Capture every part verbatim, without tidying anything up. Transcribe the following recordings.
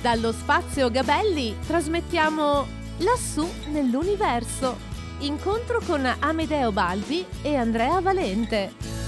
Dallo spazio Gabelli trasmettiamo lassù nell'universo. Incontro con Amedeo Balbi e Andrea Valente.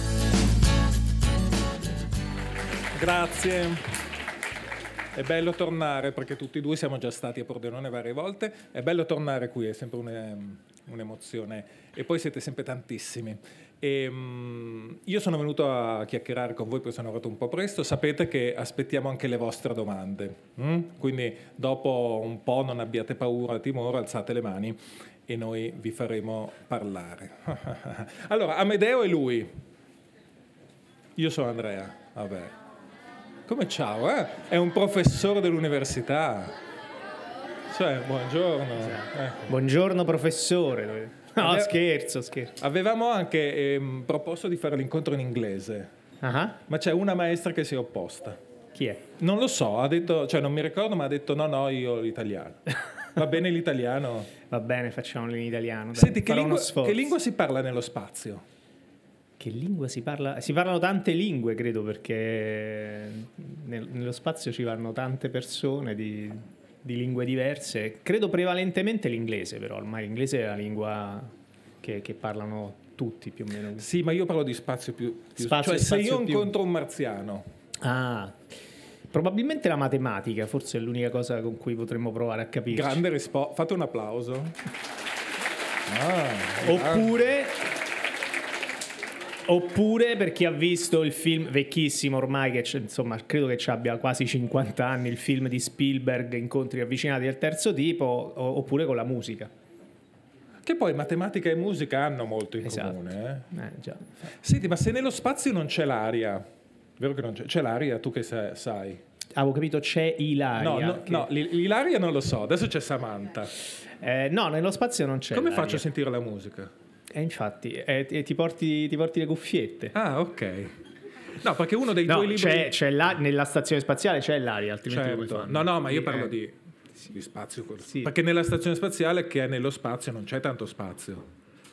Grazie. È bello tornare, perché tutti e due siamo già stati a Pordenone varie volte. È bello tornare qui, è sempre un, un'emozione. E poi siete sempre tantissimi. E, um, io sono venuto a chiacchierare con voi perché sono arrivato un po' presto. Sapete che aspettiamo anche le vostre domande. Mm? Quindi dopo un po' non abbiate paura, timore, alzate le mani e noi vi faremo parlare. Allora, Amedeo è lui. Io sono Andrea. Vabbè. Come ciao, eh? È un professore dell'università. Cioè, buongiorno. Eh. Buongiorno professore. No, Ave- scherzo, scherzo. Avevamo anche ehm, proposto di fare l'incontro in inglese. Uh-huh. Ma c'è una maestra che si è opposta. Chi è? Non lo so, ha detto, cioè non mi ricordo, ma ha detto no, no, io l'italiano. Va bene l'italiano? Va bene, facciamolo in italiano. Dai. Senti, che lingua, che lingua si parla nello spazio? Che lingua si parla? Si parlano tante lingue, credo, perché nel, nello spazio ci vanno tante persone di, di lingue diverse. Credo prevalentemente l'inglese, però ormai l'inglese è la lingua che, che parlano tutti più o meno. Sì, ma io parlo di spazio più... più spazio, cioè spazio se io più... incontro un marziano... Ah, probabilmente la matematica, forse è l'unica cosa con cui potremmo provare a capirci. Grande risposta. Fate un applauso. Ah, Oppure... Oppure per chi ha visto il film vecchissimo ormai, che insomma credo che ci abbia quasi cinquanta anni, il film di Spielberg, Incontri ravvicinati del terzo tipo, o, oppure con la musica. Che poi matematica e musica hanno molto in esatto. comune. Eh? Eh, già. Senti, ma se nello spazio non c'è l'aria, vero che non c'è? C'è l'aria, tu che sai? Avevo capito, c'è Ilaria. No, no, che... no l'Ilaria non lo so, adesso c'è Samantha. Eh, no, nello spazio non c'è Come l'aria. faccio a sentire la musica? E eh, infatti, eh, eh, ti, porti, ti porti le cuffiette. Ah, ok. No, perché uno dei no, tuoi libri... C'è, c'è la, nella stazione spaziale c'è l'aria, altrimenti certo. come fanno? No, no, ma io parlo eh. di, di spazio. Sì. Perché nella stazione spaziale, che è nello spazio, non c'è tanto spazio.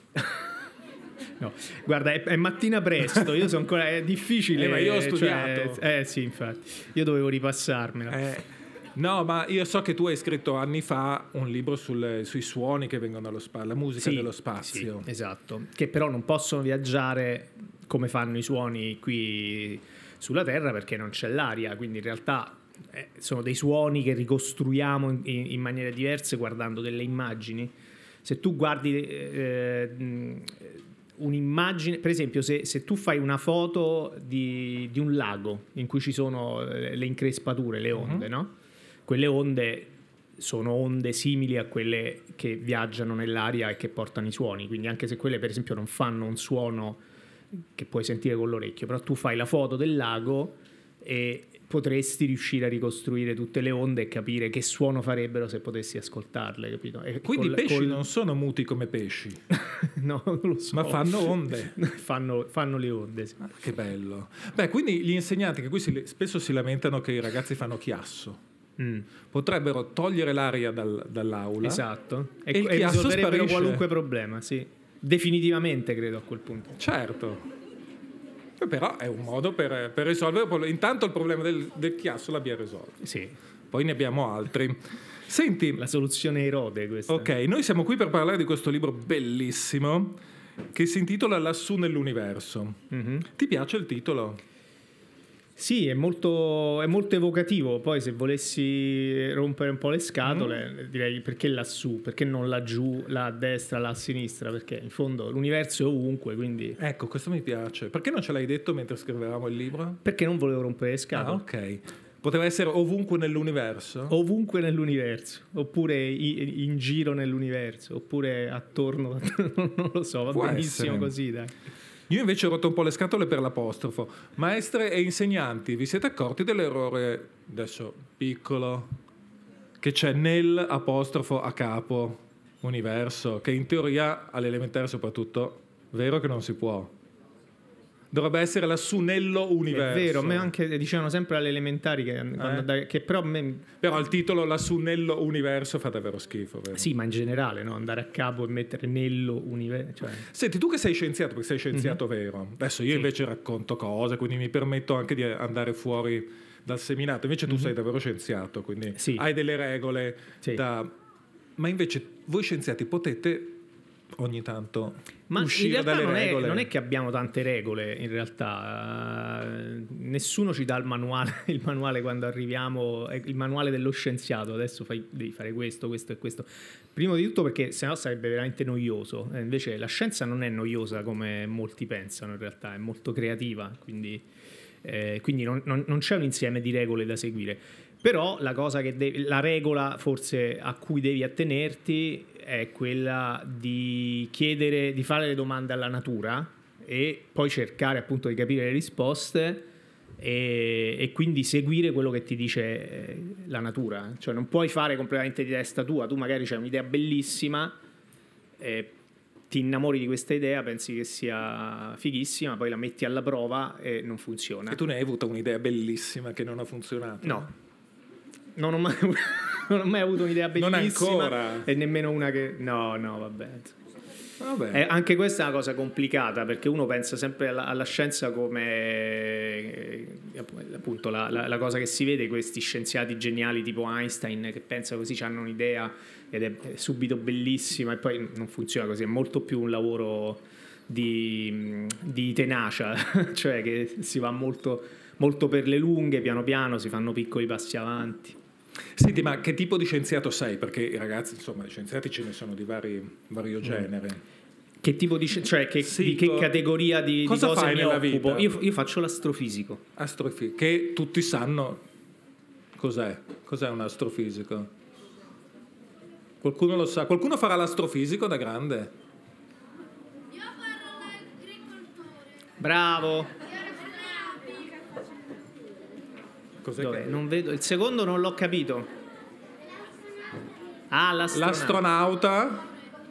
No, guarda, è, è mattina presto, io sono ancora... È difficile... Eh, ma io ho studiato. Cioè, eh, sì, infatti. Io dovevo ripassarmela. Eh... No, ma io so che tu hai scritto anni fa un libro sul, sui suoni che vengono dallo spazio, la musica sì, dello spazio. Sì, esatto, che però non possono viaggiare come fanno i suoni qui sulla Terra perché non c'è l'aria, quindi in realtà eh, sono dei suoni che ricostruiamo in, in maniere diverse guardando delle immagini. Se tu guardi eh, un'immagine, per esempio se, se tu fai una foto di, di un lago in cui ci sono le increspature, le onde, uh-huh. no? Quelle onde sono onde simili a quelle che viaggiano nell'aria e che portano i suoni, quindi anche se quelle per esempio non fanno un suono che puoi sentire con l'orecchio, però tu fai la foto del lago e potresti riuscire a ricostruire tutte le onde e capire che suono farebbero se potessi ascoltarle, capito? E quindi col, i pesci col... non sono muti come pesci. No, non lo so. Ma fanno onde. fanno, fanno le onde, sì. Ah, che bello. Beh, quindi gli insegnanti che qui si, spesso si lamentano che i ragazzi fanno chiasso. Mm. Potrebbero togliere l'aria dal, dall'aula, esatto, e, e il chiasso risolverebbero sparisce. Qualunque problema, sì, definitivamente credo a quel punto. Certo, però è un modo per, per risolvere. Intanto il problema del, del chiasso l'abbiamo risolto, sì. Poi ne abbiamo altri. Senti, la soluzione erode questa. Ok, noi siamo qui per parlare di questo libro bellissimo che si intitola Lassù nell'universo. Mm-hmm. Ti piace il titolo? Sì, è molto, è molto evocativo. Poi se volessi rompere un po' le scatole, mm. direi perché lassù, perché non laggiù, là a destra, là a sinistra, perché in fondo l'universo è ovunque, quindi... Ecco, questo mi piace. Perché non ce l'hai detto mentre scrivevamo il libro? Perché non volevo rompere le scatole. Ah, ok. Poteva essere ovunque nell'universo? Ovunque nell'universo, oppure in giro nell'universo, oppure attorno, non lo so, va Può benissimo essere. Così, dai. Io invece ho rotto un po' le scatole per l'apostrofo. Maestre e insegnanti, vi siete accorti dell'errore, adesso piccolo, che c'è nel apostrofo a capo universo, che in teoria all'elementare soprattutto, vero che non si può. Dovrebbe essere lassù nello universo. È vero, a me anche dicevano sempre alle elementari che, eh? che però a me... Però il titolo lassù nello universo fa davvero schifo, vero? Sì, ma in generale, no? Andare a capo e mettere nello universo, cioè... Senti, tu che sei scienziato, perché sei scienziato mm-hmm. vero, adesso io sì. invece racconto cose, quindi mi permetto anche di andare fuori dal seminato, invece tu mm-hmm. sei davvero scienziato, quindi sì. hai delle regole sì. da... Ma invece voi scienziati potete ogni tanto ma uscire in realtà dalle non è, regole? Non è che abbiamo tante regole, in realtà uh, nessuno ci dà il manuale, il manuale quando arriviamo, il manuale dello scienziato, adesso fai, devi fare questo, questo e questo. Prima di tutto perché sennò sarebbe veramente noioso, eh, invece la scienza non è noiosa come molti pensano, in realtà è molto creativa, quindi, eh, quindi non, non, non c'è un insieme di regole da seguire. Però la cosa che devi, la regola forse a cui devi attenerti è quella di chiedere, di fare le domande alla natura e poi cercare appunto di capire le risposte e, e quindi seguire quello che ti dice la natura. Cioè non puoi fare completamente di testa tua, tu magari c'hai un'idea bellissima e ti innamori di questa idea, pensi che sia fighissima, poi la metti alla prova e non funziona. E tu ne hai avuto un'idea bellissima che non ha funzionato? No. Non ho, mai, non ho mai avuto un'idea bellissima. Non ancora. E nemmeno una che... No, no, vabbè. vabbè. Eh, anche questa è una cosa complicata, perché uno pensa sempre alla, alla scienza come eh, appunto la, la, la cosa che si vede, questi scienziati geniali tipo Einstein che pensano così, hanno un'idea ed è subito bellissima e poi non funziona così, è molto più un lavoro di, di tenacia, cioè che si va molto, molto per le lunghe, piano piano si fanno piccoli passi avanti. Senti, ma che tipo di scienziato sei? Perché i ragazzi, insomma, scienziati ce ne sono di vari, vario genere. Mm. Che tipo di cioè che, sì, di che categoria di, cosa di cose fai mi nella occupo? vita? Io, io faccio l'astrofisico. Astrofisico, che tutti sanno cos'è. Cos'è un astrofisico? Qualcuno lo sa? Qualcuno farà l'astrofisico da grande? Io farò l'agricoltore. Bravo. Cos'è Dov'è? che... Non vedo. Il secondo non l'ho capito. Ah, l'astronauta. L'astronauta.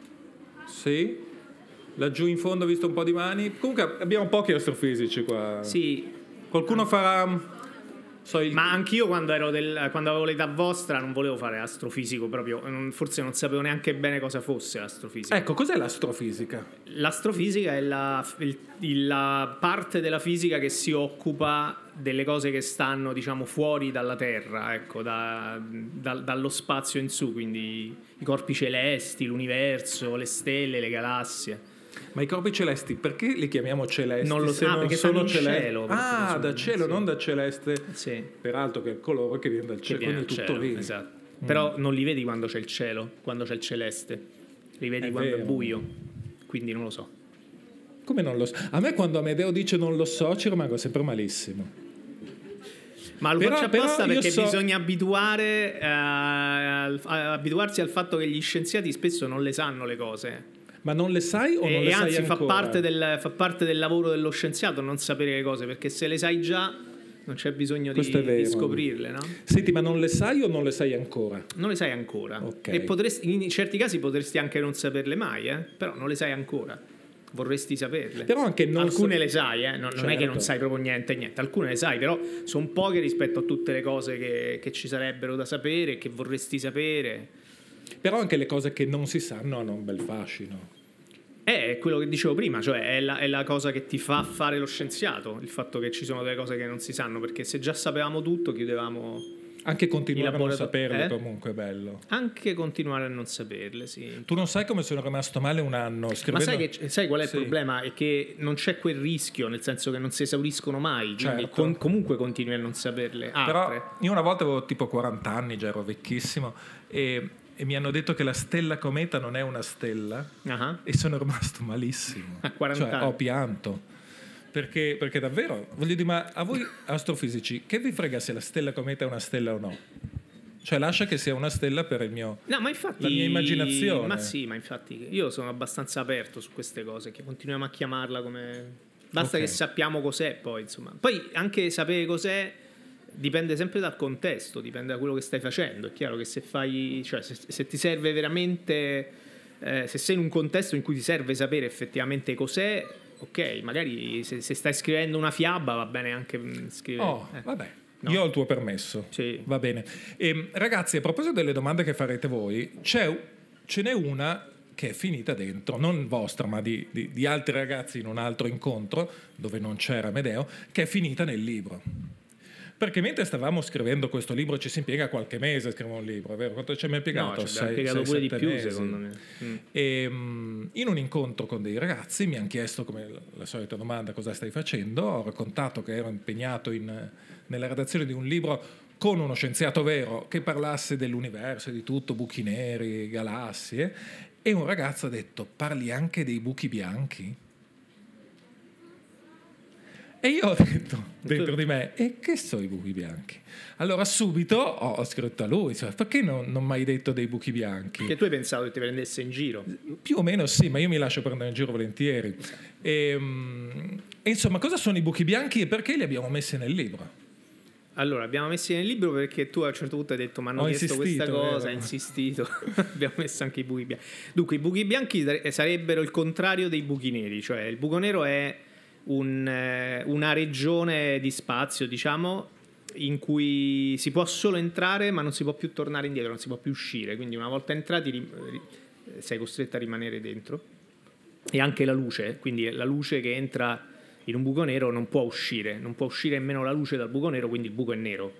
Sì. Laggiù in fondo ho visto un po' di mani. Comunque abbiamo pochi astrofisici qua. Sì. Qualcuno farà... So, il... Ma anch'io quando ero del, quando avevo l'età vostra non volevo fare astrofisico proprio, non, forse non sapevo neanche bene cosa fosse l'astrofisica. Ecco, cos'è l'astrofisica? L'astrofisica è la, il, la parte della fisica che si occupa delle cose che stanno, diciamo, fuori dalla Terra, ecco, da, da, dallo spazio in su, quindi i corpi celesti, l'universo, le stelle, le galassie. Ma i corpi celesti, perché li chiamiamo celesti? Non lo se so, non perché sono stanno in celesti? cielo. Ah, sono, da cielo, sì. non da celeste. Sì. Peraltro che è il colore che viene dal cielo, Che viene quindi dal tutto cielo, lì. esatto. Mm. Però non li vedi quando c'è il cielo, quando c'è il celeste. Li vedi È quando vero. è buio. Quindi non lo so. Come non lo so? A me quando Amedeo dice non lo so ci rimango sempre malissimo. Ma lo Però- faccio però apposta io perché so- bisogna abituare, eh, al- a- abituarsi al fatto che gli scienziati spesso non le sanno le cose. Ma non le sai o non E, le e sai anzi fa ancora? parte, del, fa parte del lavoro dello scienziato non sapere le cose, perché se le sai già non c'è bisogno di, Questo è vero. di scoprirle, no? Senti, ma non le sai o non le sai ancora? Non le sai ancora. Ok. E potresti, in certi casi potresti anche non saperle mai, eh? Però non le sai ancora. Vorresti saperle. Però anche non Alcune sa- le sai, eh? non, non è che Certo. non sai proprio niente, niente. Alcune le sai, però sono poche rispetto a tutte le cose che, che ci sarebbero da sapere, che vorresti sapere. Però anche le cose che non si sanno hanno un bel fascino. È quello che dicevo prima, cioè è la, è la cosa che ti fa fare lo scienziato, il fatto che ci sono delle cose che non si sanno, perché se già sapevamo tutto chiudevamo Anche continuare a I non laboratori- saperle eh? comunque è bello. anche continuare a non saperle, sì. Tu non sai come sono rimasto male un anno Ma scrivendo... sai, che, sai qual è il Sì. problema? È che non c'è quel rischio, nel senso che non si esauriscono mai, quindi Certo. con- comunque continui a non saperle altre. Però io una volta avevo tipo quaranta anni, già ero vecchissimo, e, e mi hanno detto che la stella cometa non è una stella, Ah, e sono rimasto malissimo. A quaranta Cioè, anni. ho pianto. Perché, perché davvero, voglio dire, ma a voi astrofisici, che vi frega se la stella cometa è una stella o no? Cioè lascia che sia una stella per il mio... No, ma infatti, La mia immaginazione. Ma sì, ma infatti io sono abbastanza aperto su queste cose, che continuiamo a chiamarla come... Basta Ok. che sappiamo cos'è poi, insomma. Poi anche sapere cos'è dipende sempre dal contesto, dipende da quello che stai facendo. È chiaro che se fai... Cioè, se, se ti serve veramente... eh, se sei in un contesto in cui ti serve sapere effettivamente cos'è, ok, magari se, se stai scrivendo una fiaba va bene anche mm, scrivere... Oh, eh. vabbè. No. Io ho il tuo permesso. Sì. Va bene. E, ragazzi, a proposito delle domande che farete voi, c'è, ce n'è una che è finita dentro, non vostra, ma di, di, di altri ragazzi in un altro incontro, dove non c'era Amedeo, che è finita nel libro. Perché mentre stavamo scrivendo questo libro ci si impiega qualche mese a scrivere un libro, è vero? Quanto ci abbiamo impiegato? No, ci abbiamo impiegato pure di più, mesi. secondo me. Mm. E, um, in un incontro con dei ragazzi mi hanno chiesto, come la solita domanda, cosa stai facendo. Ho raccontato che ero impegnato in, nella redazione di un libro con uno scienziato vero che parlasse dell'universo e di tutto, buchi neri, galassie, e un ragazzo ha detto: parli anche dei buchi bianchi? E io ho detto dentro di me: e che sono i buchi bianchi? Allora subito ho, ho scritto a lui, cioè, perché non, non mi hai detto dei buchi bianchi? Che tu hai pensato che ti prendesse in giro? Più o meno sì, ma io mi lascio prendere in giro volentieri. E, e insomma, cosa sono i buchi bianchi e perché li abbiamo messi nel libro? Allora, abbiamo messi nel libro perché tu a un certo punto hai detto: ma hanno Ho chiesto questa cosa, hai insistito. Abbiamo messo anche i buchi bianchi. Dunque, i buchi bianchi sarebbero il contrario dei buchi neri, cioè il buco nero è un, eh, una regione di spazio, diciamo, in cui si può solo entrare ma non si può più tornare indietro, non si può più uscire, quindi una volta entrati ri- sei costretto a rimanere dentro. E anche la luce, quindi la luce che entra in un buco nero non può uscire, non può uscire nemmeno la luce dal buco nero, quindi il buco è nero,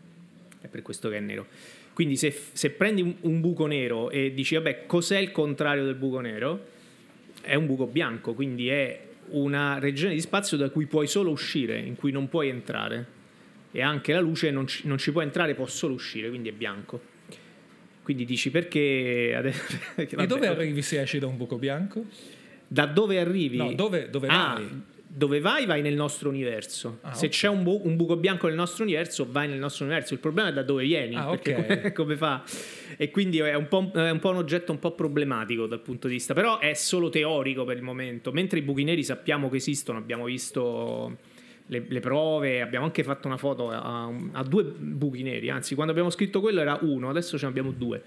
è per questo che è nero. Quindi se, se prendi un, un buco nero e dici vabbè, cos'è il contrario del buco nero? È un buco bianco, quindi è una regione di spazio da cui puoi solo uscire, in cui non puoi entrare, e anche la luce non ci, non ci può entrare, può solo uscire, quindi è bianco. Quindi dici perché adesso, vabbè, e dove arrivi se esci da un buco bianco? Da dove arrivi? No, dove, dove ah, vai? Dove vai? Vai nel nostro universo. Ah, se okay. c'è un, bu- un buco bianco nel nostro universo, vai nel nostro universo. Il problema è da dove vieni, ah, perché okay. come, come fa? E quindi è un, po', è un po' un oggetto un po' problematico dal punto di vista, però è solo teorico per il momento, mentre i buchi neri sappiamo che esistono, abbiamo visto le, le prove, abbiamo anche fatto una foto a, a due buchi neri, anzi quando abbiamo scritto quello era uno, adesso ce ne abbiamo due.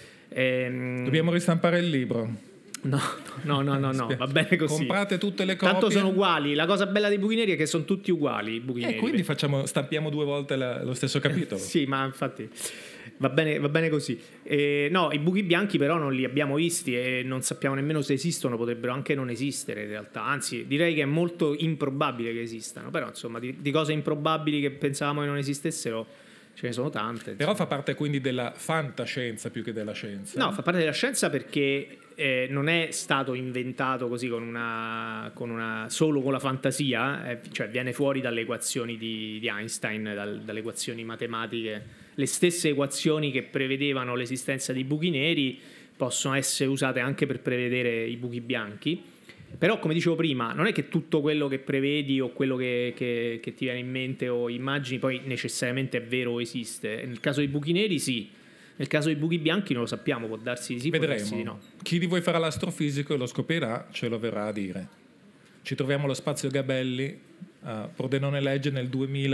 Ehm... Dobbiamo ristampare il libro. No, no, no, no, no, va bene così. Comprate tutte le copie. Tanto sono uguali. La cosa bella dei buchi neri è che sono tutti uguali. I buchi e neri, quindi facciamo, stampiamo due volte la, lo stesso capitolo. Sì, ma infatti va bene, va bene così. Eh, no, i buchi bianchi però non li abbiamo visti e non sappiamo nemmeno se esistono. Potrebbero anche non esistere in realtà. Anzi, direi che è molto improbabile che esistano. Però insomma, di, di cose improbabili che pensavamo che non esistessero ce ne sono tante. Però insomma. Fa parte quindi della fantascienza più che della scienza. No, fa parte della scienza perché eh, non è stato inventato così con una, con una solo con la fantasia, eh, cioè viene fuori dalle equazioni di, di Einstein, dal, dalle equazioni matematiche. Le stesse equazioni che prevedevano l'esistenza di buchi neri possono essere usate anche per prevedere i buchi bianchi. Però, come dicevo prima, non è che tutto quello che prevedi o quello che, che, che ti viene in mente o immagini poi necessariamente è vero o esiste. Nel caso dei buchi neri sì, nel caso dei buchi bianchi non lo sappiamo, può darsi di sì, vedremo. Può darsi di no. Chi di voi farà l'astrofisico e lo scoprirà ce lo verrà a dire. Ci troviamo allo Spazio Gabelli a Pordenone Legge nel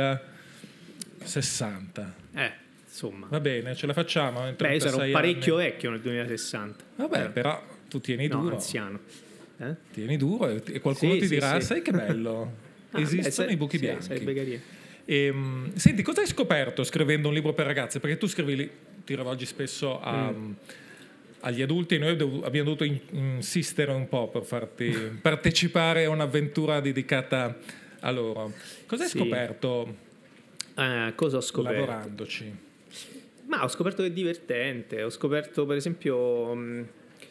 duemilasessanta. Eh, insomma. Va bene, ce la facciamo. Beh, io sarò parecchio anni. vecchio nel duemilasessanta. Vabbè, eh. però tu tieni no, duro. anziano. Eh? Tieni duro e qualcuno sì, ti sì, dirà: sì. sai che bello, ah, esistono beh, i buchi sì, bianchi. Sarebbe carino. E, senti, cosa hai scoperto scrivendo un libro per ragazze? Perché tu scrivi, ti rivolgi spesso a, mm. agli adulti e noi abbiamo dovuto in, insistere un po' per farti partecipare a un'avventura dedicata a loro. Cosa hai sì. scoperto eh, cosa ho scoperto? lavorandoci? Ma ho scoperto che è divertente. Ho scoperto per esempio mh,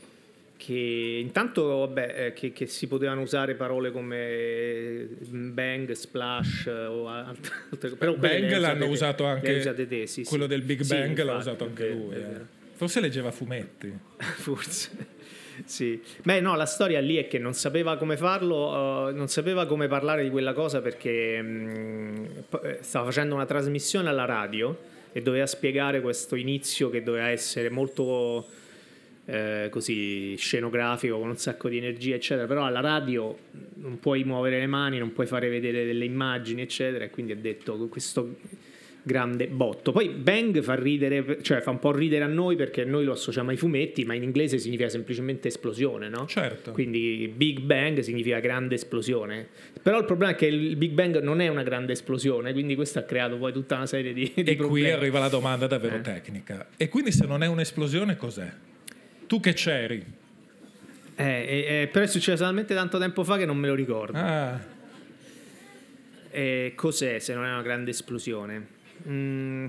che intanto vabbè, eh, che, che si potevano usare parole come bang, splash o altre, altre però bang l'hanno te, usato anche te, sì, quello sì. del Big sì, Bang infatti, l'ha usato anche vero, lui. Eh. vero. Forse leggeva fumetti. Forse. Sì. Beh, no, la storia lì è che non sapeva come farlo, uh, non sapeva come parlare di quella cosa perché mh, stava facendo una trasmissione alla radio e doveva spiegare questo inizio che doveva essere molto eh, così scenografico, con un sacco di energia eccetera, però alla radio non puoi muovere le mani, non puoi fare vedere delle immagini eccetera, e quindi ha detto questo grande botto. Poi bang fa ridere, cioè fa un po' ridere a noi perché noi lo associamo ai fumetti, ma in inglese significa semplicemente esplosione, no? Certo. Quindi Big Bang significa grande esplosione. Però il problema è che il Big Bang non è una grande esplosione, quindi questo ha creato poi tutta una serie di, di e problemi. qui arriva la domanda davvero eh. tecnica. E quindi se non è un'esplosione cos'è? Tu che c'eri? Eh, eh, eh, però è successo talmente tanto tempo fa che non me lo ricordo. Ah. Eh, cos'è se non è una grande esplosione? mm,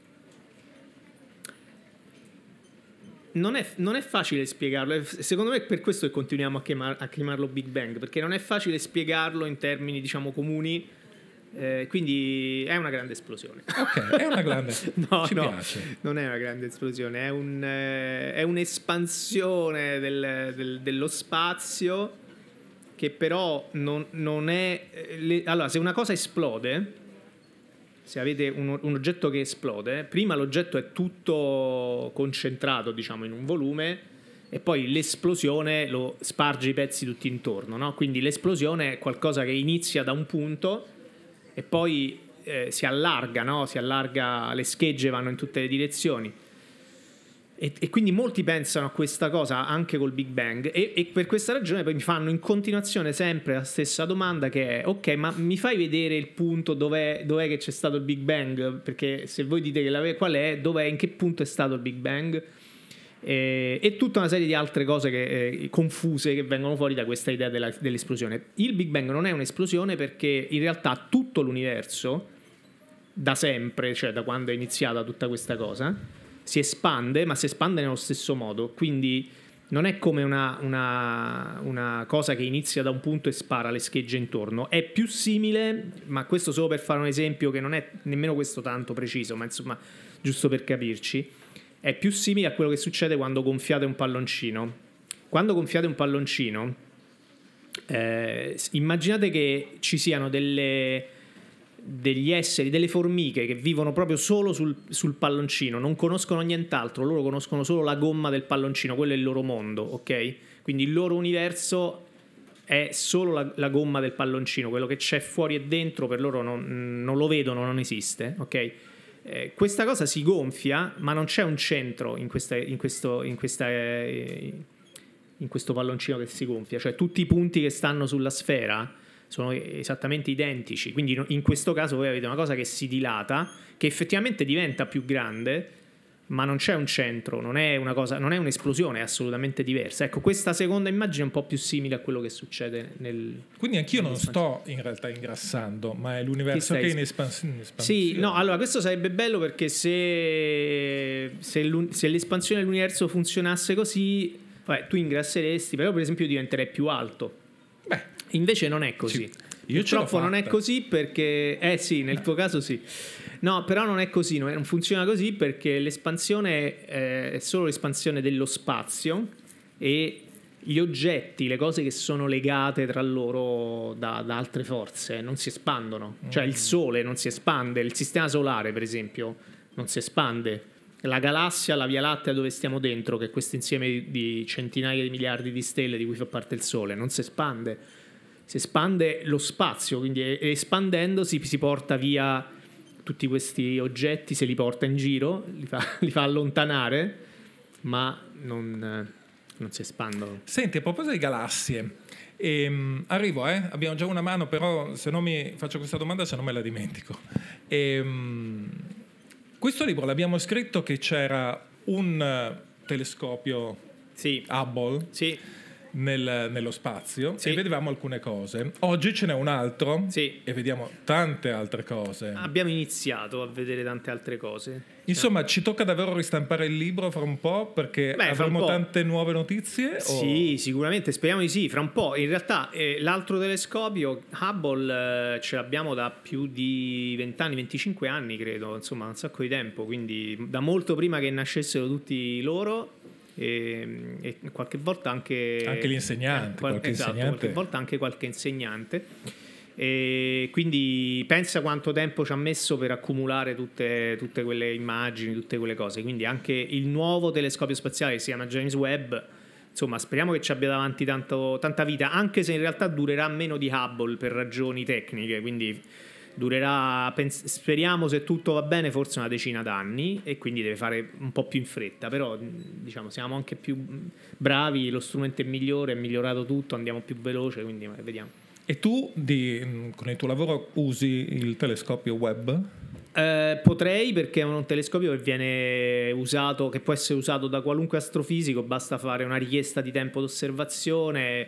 non, è, non è facile spiegarlo. Secondo me è per questo che continuiamo a, chiamar, a chiamarlo Big Bang, perché non è facile spiegarlo in termini, diciamo, comuni. Eh, quindi è una grande esplosione. Ok, è una grande. no, Ci no, piace. non è una grande esplosione, è, un, eh, è un'espansione del, del, dello spazio che però non, non è. Le, allora, se una cosa esplode, se avete un, un oggetto che esplode, prima l'oggetto è tutto concentrato, diciamo, in un volume, e poi l'esplosione lo sparge i pezzi tutti intorno, no? Quindi l'esplosione è qualcosa che inizia da un punto e poi eh, si allarga, no? Si allarga, le schegge vanno in tutte le direzioni. E, e quindi molti pensano a questa cosa anche col Big Bang, e, e per questa ragione poi mi fanno in continuazione sempre la stessa domanda, che è: ok, ma mi fai vedere il punto dov'è, dov'è che c'è stato il Big Bang? Perché se voi dite che la, qual è, dov'è, in che punto è stato il Big Bang? E, e tutta una serie di altre cose che, eh, confuse, che vengono fuori da questa idea della, dell'esplosione. Il Big Bang non è un'esplosione, perché in realtà tutto l'universo, da sempre, cioè da quando è iniziata tutta questa cosa, si espande, ma si espande nello stesso modo. Quindi non è come una, una, una cosa che inizia da un punto e spara le schegge intorno. È più simile, ma questo solo per fare un esempio che non è nemmeno questo tanto preciso, ma insomma giusto per capirci, è più simile a quello che succede quando gonfiate un palloncino. Quando gonfiate un palloncino, eh, immaginate che ci siano delle, degli esseri, delle formiche che vivono proprio solo sul, sul palloncino, non conoscono nient'altro, loro conoscono solo la gomma del palloncino, quello è il loro mondo, ok? Quindi il loro universo è solo la, la gomma del palloncino, quello che c'è fuori e dentro per loro non, non lo vedono, non esiste, ok? Eh, questa cosa si gonfia, ma non c'è un centro in, questa, in, questo, in, questa, eh, in questo palloncino che si gonfia, cioè tutti i punti che stanno sulla sfera sono esattamente identici, quindi in questo caso voi avete una cosa che si dilata, che effettivamente diventa più grande, ma non c'è un centro, non è una cosa, non è un'esplosione, è assolutamente diversa. Ecco, questa seconda immagine è un po' più simile a quello che succede nel... Quindi anch'io non sto in realtà ingrassando, ma è l'universo che, che è in espansione. Sì, no, allora questo sarebbe bello, perché se, se, se l'espansione dell'universo funzionasse così, vabbè, tu ingrasseresti, però per esempio diventerei più alto. Beh, invece non è così. Sì, io purtroppo non è così, perché eh sì, nel tuo caso sì. No, però non è così, non funziona così, perché l'espansione è solo l'espansione dello spazio, e gli oggetti, le cose che sono legate tra loro da, da altre forze non si espandono. Mm. Cioè il Sole non si espande, il sistema solare per esempio non si espande, la galassia, la Via Lattea dove stiamo dentro, che è questo insieme di centinaia di miliardi di stelle di cui fa parte il Sole, non si espande, si espande lo spazio, quindi espandendosi si porta via tutti questi oggetti, se li porta in giro, li fa, li fa allontanare, ma non, non si espandono. Senti, a proposito di galassie, ehm, arrivo, eh? Abbiamo già una mano, però se non mi faccio questa domanda, se non me la dimentico. Ehm, questo libro l'abbiamo scritto che c'era un telescopio, sì, Hubble, sì, Nel, nello spazio, sì, e vedevamo alcune cose. Oggi ce n'è un altro, sì, e vediamo tante altre cose. Abbiamo iniziato a vedere tante altre cose. Insomma, ci tocca davvero ristampare il libro fra un po', perché Beh, avremo tante nuove notizie? Sì, o... sicuramente, speriamo di sì, fra un po'. In realtà eh, l'altro telescopio, Hubble, eh, ce l'abbiamo da più di venti anni, venticinque anni credo, insomma un sacco di tempo, quindi da molto prima che nascessero tutti loro. E, e qualche volta anche anche gli insegnanti, eh, qualche, qualche esatto, insegnante. qualche volta anche qualche insegnante, e quindi pensa quanto tempo ci ha messo per accumulare tutte, tutte quelle immagini, tutte quelle cose. Quindi anche il nuovo telescopio spaziale che si chiama James Webb, insomma speriamo che ci abbia davanti tanto, tanta vita, anche se in realtà durerà meno di Hubble per ragioni tecniche, quindi durerà, pens- speriamo, se tutto va bene, forse una decina d'anni, e quindi deve fare un po' più in fretta, però diciamo siamo anche più bravi, lo strumento è migliore, è migliorato tutto, andiamo più veloce, quindi vediamo. E tu di, con il tuo lavoro usi il telescopio Webb? Eh, potrei, perché è un telescopio che viene usato, che può essere usato da qualunque astrofisico, basta fare una richiesta di tempo d'osservazione.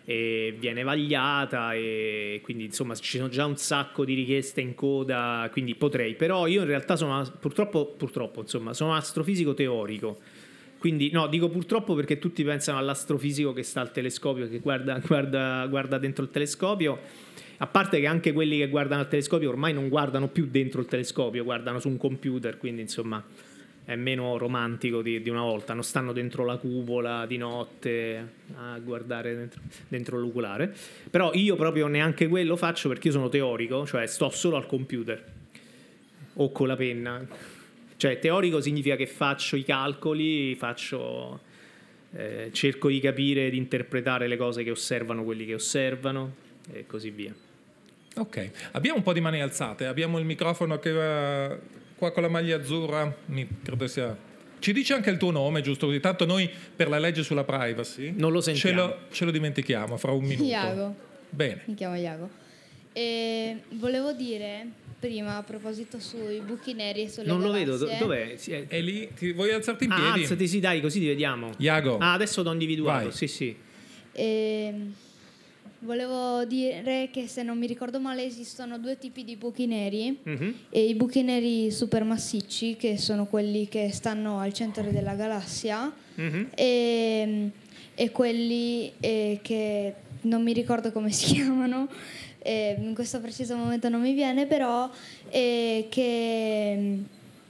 e viene vagliata, e quindi insomma ci sono già un sacco di richieste in coda, quindi potrei, però io in realtà sono purtroppo, purtroppo insomma sono astrofisico teorico, quindi no, dico purtroppo perché tutti pensano all'astrofisico che sta al telescopio, che guarda, guarda, guarda dentro il telescopio, a parte che anche quelli che guardano al telescopio ormai non guardano più dentro il telescopio, guardano su un computer, quindi insomma è meno romantico di, di una volta, non stanno dentro la cupola di notte a guardare dentro, dentro l'oculare. Però io proprio neanche quello faccio, perché io sono teorico, cioè sto solo al computer o con la penna. Cioè teorico significa che faccio i calcoli, faccio eh, cerco di capire, di interpretare le cose che osservano quelli che osservano e così via. Ok, abbiamo un po' di mani alzate, abbiamo il microfono che va qua con la maglia azzurra, mi credo sia... Ci dice anche il tuo nome, giusto? Così tanto noi per la legge sulla privacy non lo sentiamo. Ce lo, ce lo dimentichiamo fra un minuto. Iago. Bene. Mi chiamo Iago. E volevo dire prima a proposito sui buchi neri e sulle non lo vedo, galassie. dov'è? Sì, è... E lì, ti, vuoi alzarti in ah, piedi? alzati, sì, dai, così ti vediamo. Iago. Ah, adesso t'ho individuato, Vai. sì, sì. E volevo dire che, se non mi ricordo male, esistono due tipi di buchi neri, Mm-hmm. e i buchi neri supermassicci, che sono quelli che stanno al centro della galassia, Mm-hmm. e, e quelli eh, che non mi ricordo come si chiamano, eh, in questo preciso momento non mi viene, però eh, che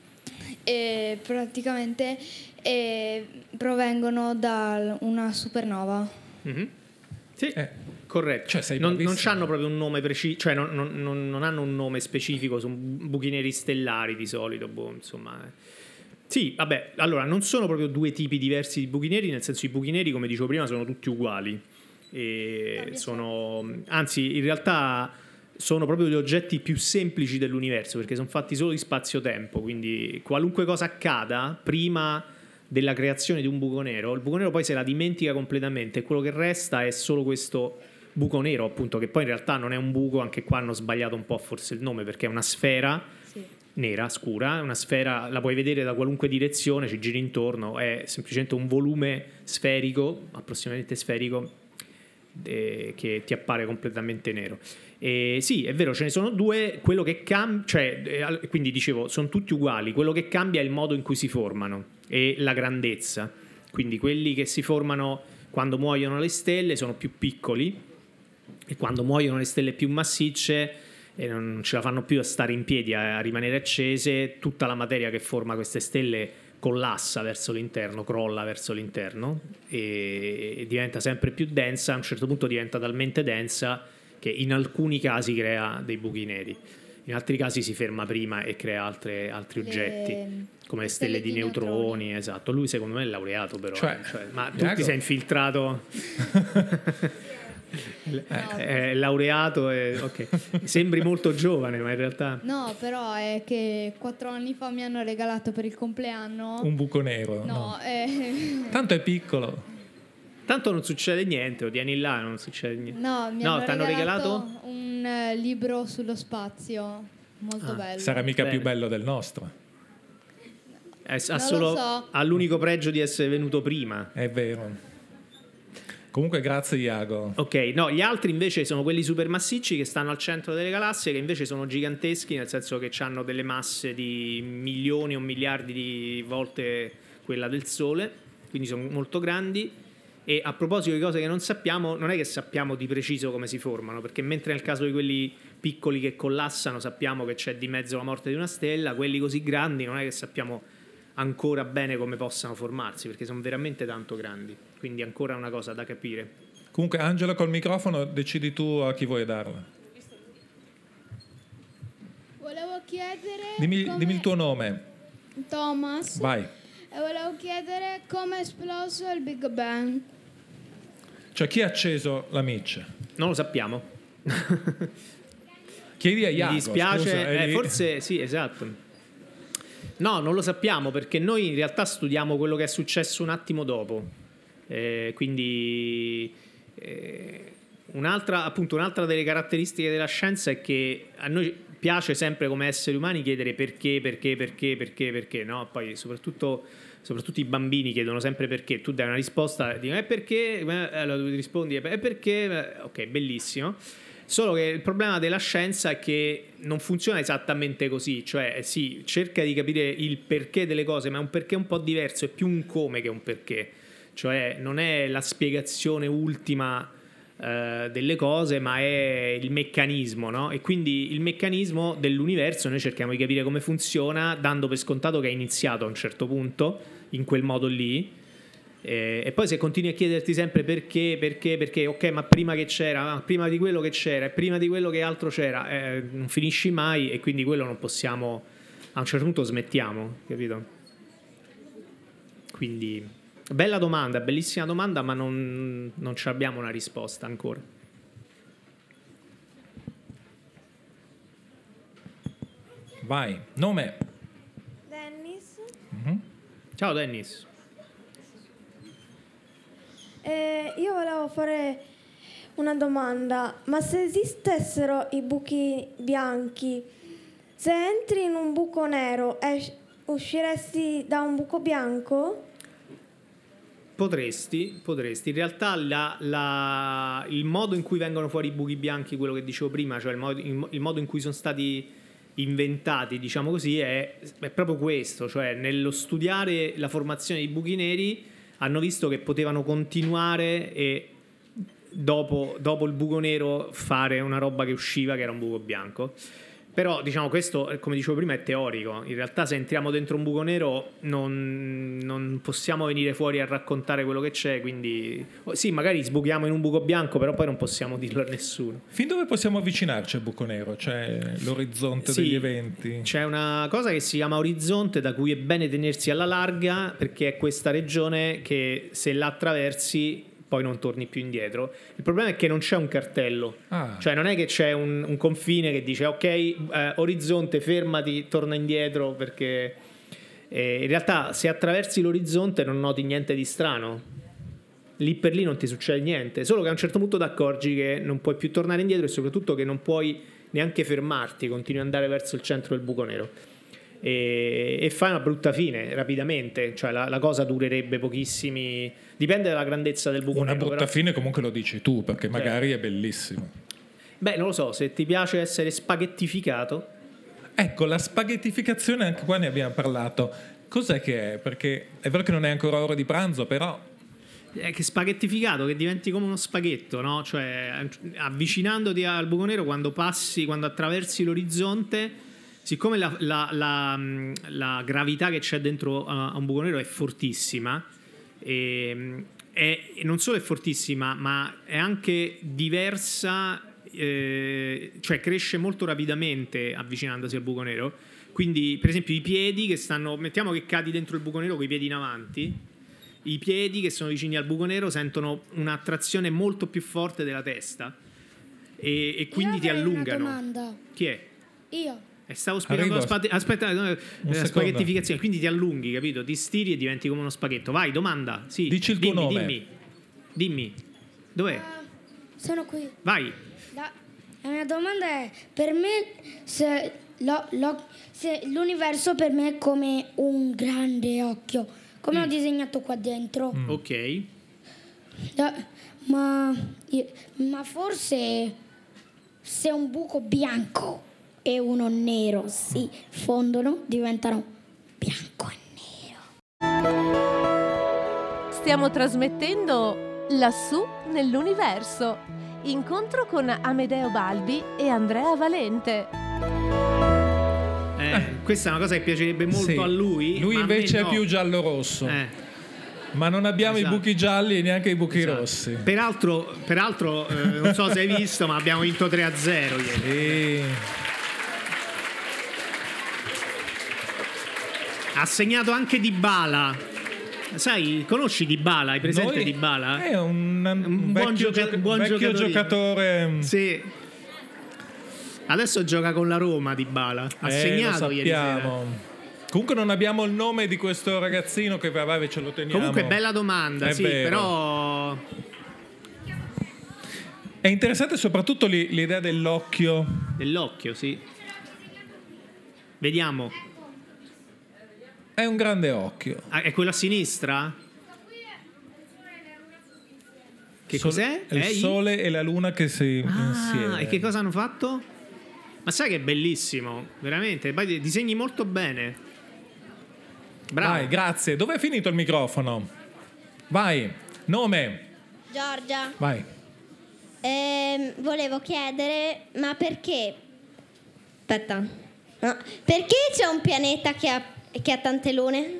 eh, praticamente eh, provengono da una supernova. Mm-hmm. Sì. Eh. Corretto, Cioè, sei non, non bravissimo. hanno proprio un nome preciso, cioè non, non, non, non hanno un nome specifico, sono buchi neri stellari di solito, boh, insomma. eh. Sì, vabbè, allora non sono proprio due tipi diversi di buchi neri, nel senso i buchi neri, come dicevo prima, sono tutti uguali. E sono, anzi, in realtà sono proprio gli oggetti più semplici dell'universo, perché sono fatti solo di spazio-tempo, quindi qualunque cosa accada prima della creazione di un buco nero, il buco nero poi se la dimentica completamente e quello che resta è solo questo buco nero, appunto, che poi in realtà non è un buco, anche qua hanno sbagliato un po' forse il nome, perché è una sfera Sì. nera, scura, è una sfera, la puoi vedere da qualunque direzione, ci giri intorno, è semplicemente un volume sferico, approssimativamente sferico, eh, che ti appare completamente nero. E sì, è vero, ce ne sono due, quello che cambia, cioè, eh, quindi dicevo, sono tutti uguali, quello che cambia è il modo in cui si formano e la grandezza, quindi quelli che si formano quando muoiono le stelle sono più piccoli, e quando muoiono le stelle più massicce e non ce la fanno più a stare in piedi, a rimanere accese, tutta la materia che forma queste stelle collassa verso l'interno, crolla verso l'interno e diventa sempre più densa. A un certo punto diventa talmente densa che in alcuni casi crea dei buchi neri, in altri casi si ferma prima e crea altre, altri Le- oggetti come le stelle, stelle di di neutroni, neutroni. Esatto. Lui secondo me è laureato, però Cioè, eh, cioè, ma tu Iago. ti sei infiltrato è laureato e, ok. Sembri molto giovane, ma in realtà No, però è che quattro anni fa mi hanno regalato per il compleanno. Un buco nero. No, no. eh, Tanto è piccolo. tanto non succede niente, lo tieni là, non succede niente. no, mi No, hanno t'hanno regalato, regalato? un eh, libro sullo spazio, molto Ah, bello. Sarà mica Bene. più bello del nostro. Eh, ha Non solo lo so. ha l'unico pregio di essere venuto prima. È vero. Comunque grazie Iago. Ok, no, gli altri invece sono quelli supermassicci che stanno al centro delle galassie, che invece sono giganteschi, nel senso che hanno delle masse di milioni o miliardi di volte quella del Sole, quindi sono molto grandi. E a proposito di cose che non sappiamo, non è che sappiamo di preciso come si formano, perché mentre nel caso di quelli piccoli che collassano sappiamo che c'è di mezzo la morte di una stella, quelli così grandi non è che sappiamo ancora bene come possano formarsi, perché sono veramente tanto grandi, quindi ancora una cosa da capire. Comunque Angela col microfono decidi tu a chi vuoi darla. Volevo chiedere Dimmi, come... dimmi il tuo nome. Thomas. Vai. E volevo chiedere come è esploso il Big Bang. Cioè chi ha acceso la miccia? Non lo sappiamo. Chiedi a Mi Iago. dispiace, scusa, eh, eri- forse sì, esatto. No, non lo sappiamo perché noi in realtà studiamo quello che è successo un attimo dopo. Eh, quindi eh, un'altra, appunto, un'altra delle caratteristiche della scienza è che a noi piace sempre come esseri umani chiedere perché, perché, perché, perché, perché, no? Poi soprattutto, soprattutto i bambini chiedono sempre perché. Tu dai una risposta e dicono, è perché? Allora tu rispondi, è perché? Ok, bellissimo. Solo che il problema della scienza è che non funziona esattamente così, cioè sì, cerca di capire il perché delle cose, ma è un perché un po' diverso, è più un come che un perché, cioè non è la spiegazione ultima eh, delle cose, ma è il meccanismo, no? E quindi il meccanismo dell'universo noi cerchiamo di capire come funziona, dando per scontato che è iniziato a un certo punto, in quel modo lì. Eh, e poi se continui a chiederti sempre perché, perché, perché, ok, ma prima che c'era, ah, prima di quello che c'era, prima di quello che altro c'era, eh, non finisci mai, e quindi quello non possiamo, a un certo punto smettiamo, capito? Quindi, bella domanda, bellissima domanda, ma non, non ci abbiamo una risposta ancora. Vai, nome. Dennis. Mm-hmm. Ciao Dennis. Eh, io volevo fare una domanda, ma se esistessero i buchi bianchi, se entri in un buco nero, es- usciresti da un buco bianco? Potresti, potresti. In realtà la, la, il modo in cui vengono fuori i buchi bianchi, quello che dicevo prima, cioè il modo, il, il modo in cui sono stati inventati, diciamo così, è, è proprio questo, cioè nello studiare la formazione di buchi neri hanno visto che potevano continuare e dopo, dopo il buco nero fare una roba che usciva, che era un buco bianco. Però diciamo questo, come dicevo prima, è teorico. In realtà se entriamo dentro un buco nero non, non possiamo venire fuori a raccontare quello che c'è, quindi sì, magari sbuchiamo in un buco bianco, però poi non possiamo dirlo a nessuno. Fin dove possiamo avvicinarci al buco nero? C'è l'orizzonte Sì, degli eventi? C'è una cosa che si chiama orizzonte, da cui è bene tenersi alla larga, perché è questa regione che se la attraversi poi non torni più indietro. Il problema è che non c'è un cartello, Ah. cioè non è che c'è un, un confine che dice ok, eh, orizzonte, fermati, torna indietro, perché eh, in realtà se attraversi l'orizzonte non noti niente di strano, lì per lì non ti succede niente, solo che a un certo punto ti accorgi che non puoi più tornare indietro e soprattutto che non puoi neanche fermarti, continui ad andare verso il centro del buco nero. E, e fai una brutta fine rapidamente, cioè la, la cosa durerebbe pochissimi, dipende dalla grandezza del buco Una nero. brutta Però, fine comunque lo dici tu, perché magari è bellissimo. beh, non lo so, se ti piace essere spaghettificato. Ecco, la spaghettificazione, anche qua ne abbiamo parlato. Cos'è che è? Perché è vero che non è ancora ora di pranzo, però È che spaghettificato, che diventi come uno spaghetto, no? Cioè avvicinandoti al buco nero, quando passi, quando attraversi l'orizzonte, siccome la, la, la, la gravità che c'è dentro a un buco nero è fortissima, e, e non solo è fortissima, ma è anche diversa, eh, cioè cresce molto rapidamente avvicinandosi al buco nero. Quindi, per esempio, i piedi che stanno, mettiamo che cadi dentro il buco nero con i piedi in avanti, i piedi che sono vicini al buco nero sentono un'attrazione molto più forte della testa e, e quindi Io ti avrei allungano. una domanda. Chi è? Io. E stavo spiegando la Arrivo. spate- aspetta, no, la secondo. spaghettificazione, quindi ti allunghi, capito? Ti stiri e diventi come uno spaghetto. Vai, domanda. Sì, Dici il tuo dimmi, nome. Dimmi, dimmi. Dov'è? Ah, sono qui. Vai. La, la mia domanda è, per me, se, lo- lo- se l'universo per me è come un grande occhio, come Mm. ho disegnato qua dentro. Ok. Da- ma, io- ma forse se un buco bianco e uno nero si fondono, diventano bianco e nero. Stiamo trasmettendo Lassù nell'universo. Incontro con Amedeo Balbi e Andrea Valente. Eh, questa è una cosa che piacerebbe molto sì. a lui. Lui ma a me invece no. è più giallo-rosso. Eh. Ma non abbiamo Esatto. i buchi gialli e neanche i buchi Esatto. rossi. Peraltro, peraltro eh, non so se hai visto, ma abbiamo vinto tre a zero ieri. E... Ha segnato anche Dybala. Sai, conosci Dybala? Hai presente Noi- Dybala? È un, un Un buon vecchio, gioca- gio- buon vecchio giocatorino. giocatore. Sì. Adesso gioca con la Roma Dybala. Ha Eh, segnato lo ieri sera. sappiamo. Comunque non abbiamo il nome di questo ragazzino che vabbè, ce lo teniamo. Comunque bella domanda, È sì, vero. però E È interessante soprattutto li, l'idea dell'occhio. Dell'occhio, sì. Vediamo. È un grande occhio. Ah, è quello a sinistra? Che Sol- cos'è? Il È sole e la luna che si Ah, insieme. e che cosa hanno fatto? Ma sai che è bellissimo, veramente. Poi disegni molto bene. Bravo. Vai, grazie. Dove è finito il microfono? Vai, nome. Giorgia, Vai. ehm, volevo chiedere, ma perché? Aspetta, no. Perché c'è un pianeta che ha, che ha tante lune?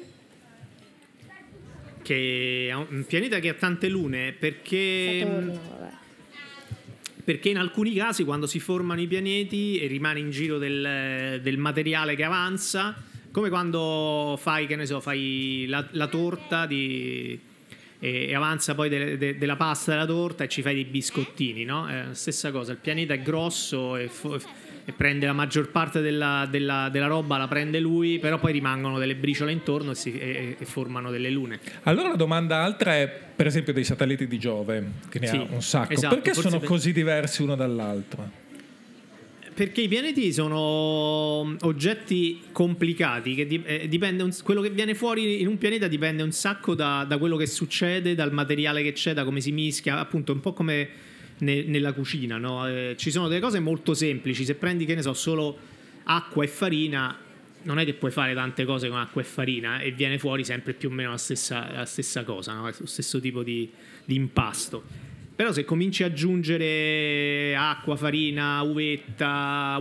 Che è un pianeta che ha tante lune perché Saturno, vabbè. perché in alcuni casi quando si formano i pianeti e rimane in giro del, del materiale che avanza, come quando fai, che ne so, fai la, la torta di, e, e avanza poi de, de, della pasta della torta e ci fai dei biscottini, no? È la stessa cosa, il pianeta è grosso e, fo, e prende la maggior parte della, della, della roba, la prende lui, però poi rimangono delle briciole intorno e, si, e, e formano delle lune. Allora la domanda altra è, per esempio, dei satelliti di Giove, che ne Sì, ha un sacco. esatto, Perché forse sono per- così diversi uno dall'altro? Perché i pianeti sono oggetti complicati, che di- eh, dipende un- quello che viene fuori in un pianeta dipende un sacco da, da quello che succede, dal materiale che c'è, da come si mischia, appunto un po' come ne- nella cucina, no? Eh, ci sono delle cose molto semplici, se prendi, che ne so, solo acqua e farina, non è che puoi fare tante cose con acqua e farina e viene fuori sempre più o meno la stessa, la stessa cosa, no? Lo stesso tipo di, di impasto. Però se cominci ad aggiungere acqua, farina, uvetta,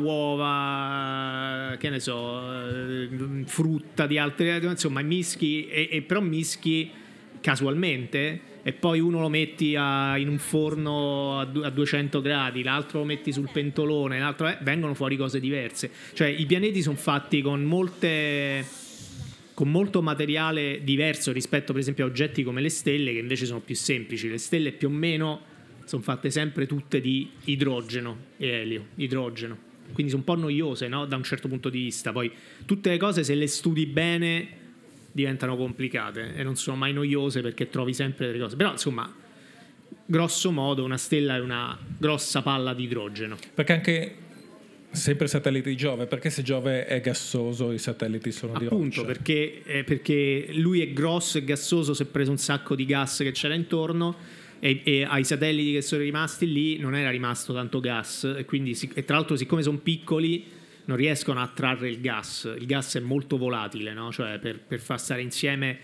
uova, che ne so, eh, frutta di altre, insomma, mischi, e, e però mischi casualmente, e poi uno lo metti a- in un forno a, du- a duecento gradi, l'altro lo metti sul pentolone, l'altro eh, vengono fuori cose diverse. Cioè i pianeti sono fatti con molte con molto materiale diverso rispetto per esempio a oggetti come le stelle, che invece sono più semplici. Le stelle più o meno sono fatte sempre tutte di idrogeno e elio, idrogeno, quindi sono un po' noiose, no? Da un certo punto di vista. Poi tutte le cose, se le studi bene, diventano complicate e non sono mai noiose perché trovi sempre delle cose. Però insomma, grosso modo una stella è una grossa palla di idrogeno. Perché anche sempre satelliti di Giove, perché se Giove è gassoso i satelliti sono di Appunto, roccia. perché, eh, perché lui è grosso e gassoso, si è preso un sacco di gas che c'era intorno, e, e ai satelliti che sono rimasti lì non era rimasto tanto gas, e quindi si- e tra l'altro siccome sono piccoli non riescono a trarre il gas. Il gas è molto volatile, no? Cioè per, per far stare insieme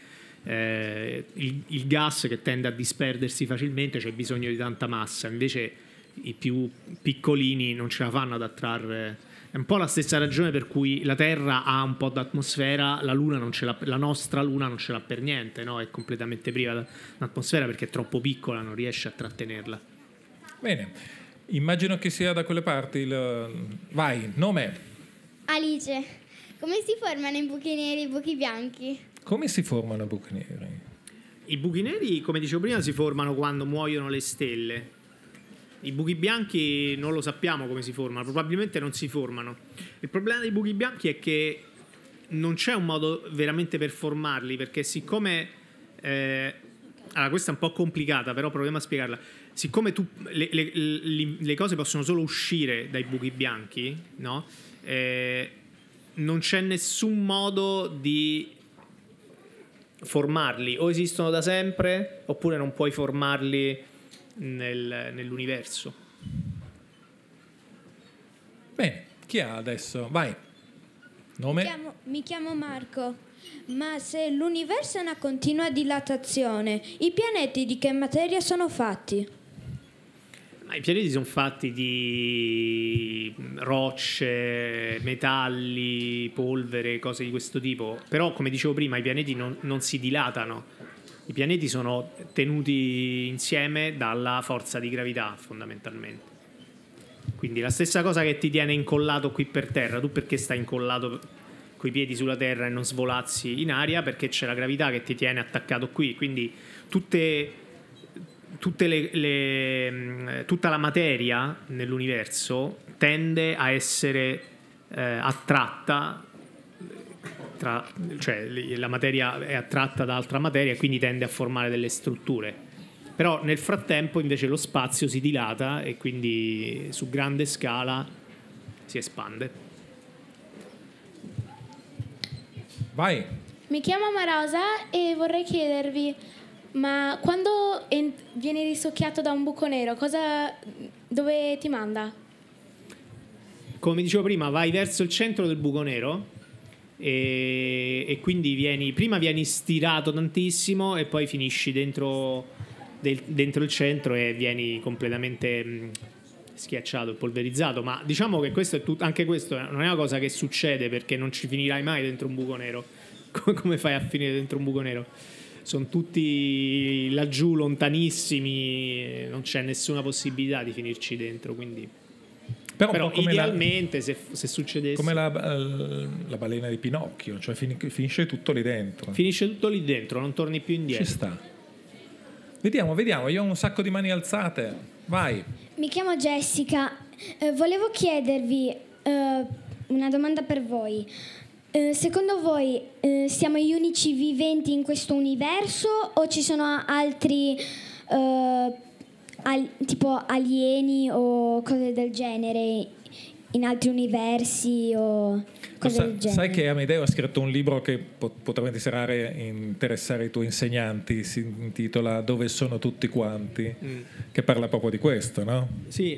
eh, il, il gas, che tende a disperdersi facilmente, c'è bisogno di tanta massa. Invece i più piccolini non ce la fanno ad attrarre. È un po' la stessa ragione per cui la Terra ha un po' d'atmosfera, la Luna non ce l'ha, la nostra Luna non ce l'ha per niente, no? È completamente priva d'atmosfera perché è troppo piccola, non riesce a trattenerla. Bene, immagino che sia da quelle parti il... Vai, nome. Alice, come si formano i buchi neri e i buchi bianchi? Come si formano i buchi neri? I buchi neri, come dicevo prima, si formano quando muoiono le stelle. I buchi bianchi non lo sappiamo come si formano, probabilmente non si formano. Il problema dei buchi bianchi è che non c'è un modo veramente per formarli, perché siccome eh, allora questa è un po' complicata, però proviamo a spiegarla. Siccome tu le, le, le, le cose possono solo uscire dai buchi bianchi, no? Eh, non c'è nessun modo di formarli, o esistono da sempre oppure non puoi formarli nel, nell'universo. Bene, chi ha adesso? Vai. Nome? Mi chiamo, mi chiamo Marco, ma se l'universo è una continua dilatazione, i pianeti di che materia sono fatti? Ma i pianeti sono fatti di rocce, metalli, polvere, cose di questo tipo. Però, come dicevo prima, i pianeti non, non si dilatano. I pianeti sono tenuti insieme dalla forza di gravità, fondamentalmente. Quindi la stessa cosa che ti tiene incollato qui per terra. Tu perché stai incollato coi piedi sulla terra e non svolazzi in aria? Perché c'è la gravità che ti tiene attaccato qui. Quindi tutte, tutte le, le, tutta la materia nell'universo tende a essere eh, attratta, tra, cioè la materia è attratta da altra materia e quindi tende a formare delle strutture. Però nel frattempo invece lo spazio si dilata e quindi su grande scala si espande. Vai. Mi chiamo Marosa e vorrei chiedervi, ma quando en- vieni risucchiato da un buco nero, cosa, dove ti manda? Come dicevo prima, vai verso il centro del buco nero e, e quindi vieni, prima vieni stirato tantissimo e poi finisci dentro, del, dentro il centro e vieni completamente mh, schiacciato e polverizzato. Ma diciamo che questo è tutto, anche questo non è una cosa che succede perché non ci finirai mai dentro un buco nero. Come fai a finire dentro un buco nero? Sono tutti laggiù lontanissimi, non c'è nessuna possibilità di finirci dentro, quindi Però, però un po' come idealmente la, se, se succedesse come la, la balena di Pinocchio, cioè fin, finisce tutto lì dentro. finisce tutto lì dentro, non torni più indietro. Ci sta. Vediamo, vediamo, io ho un sacco di mani alzate. Vai. Mi chiamo Jessica, eh, volevo chiedervi eh, una domanda per voi. Eh, secondo voi eh, siamo gli unici viventi in questo universo o ci sono altri eh, al, tipo alieni o cose del genere in altri universi o cose Sa, del genere? sai che Amedeo ha scritto un libro che pot- potrebbe interessare, interessare i tuoi insegnanti, si intitola Dove sono tutti quanti, mm. che parla proprio di questo, no? Sì.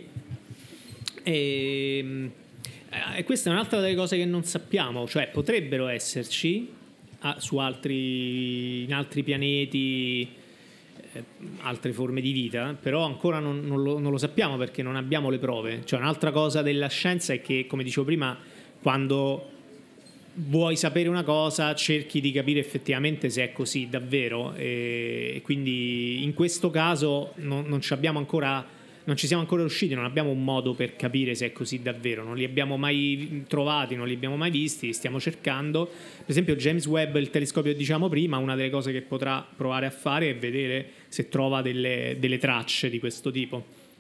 E, e questa è un'altra delle cose che non sappiamo, cioè potrebbero esserci ah, su altri, in altri pianeti eh, altre forme di vita, però ancora non, non, lo, non lo sappiamo perché non abbiamo le prove. Cioè un'altra cosa della scienza è che, come dicevo prima, quando vuoi sapere una cosa cerchi di capire effettivamente se è così davvero, e quindi in questo caso non, non ci abbiamo ancora non ci siamo ancora riusciti, non abbiamo un modo per capire se è così davvero, non li abbiamo mai trovati, non li abbiamo mai visti, li stiamo cercando. Per esempio James Webb, il telescopio che diciamo prima, una delle cose che potrà provare a fare è vedere se trova delle, delle tracce di questo tipo,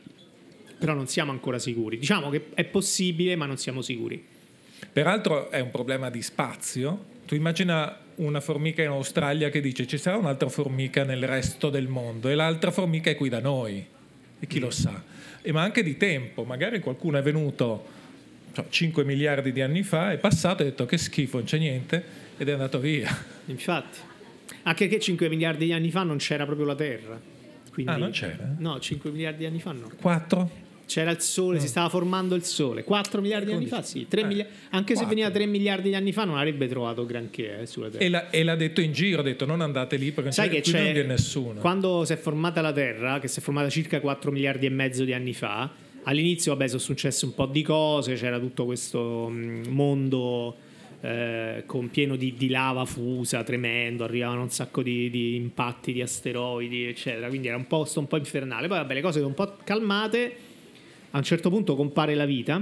però non siamo ancora sicuri. Diciamo che è possibile ma non siamo sicuri. Peraltro è un problema di spazio. Tu immagina una formica in Australia che dice ci sarà un'altra formica nel resto del mondo e l'altra formica è qui da noi. E chi lo sa? E ma anche di tempo, magari qualcuno è venuto cioè, cinque miliardi di anni fa, è passato e ha detto che schifo, non c'è niente ed è andato via. Infatti, anche che cinque miliardi di anni fa non c'era proprio la Terra. Quindi, ah, non c'era? No, cinque miliardi di anni fa no. quattro? C'era il Sole, no. Si stava formando il Sole. quattro miliardi di anni fa, sì. tre eh, mili- anche quattro. Se veniva tre miliardi di anni fa non avrebbe trovato granché eh, sulla Terra. E, la, e l'ha detto in giro, ha detto non andate lì perché sai c'è, che qui c'è, non viene nessuno. Quando si è formata la Terra, che si è formata circa quattro miliardi e mezzo di anni fa, all'inizio vabbè sono successe un po' di cose, c'era tutto questo mh, mondo eh, con pieno di, di lava fusa, tremendo, arrivavano un sacco di, di impatti di asteroidi, eccetera, quindi era un posto un po' infernale. Poi vabbè le cose sono un po' calmate. A un certo punto compare la vita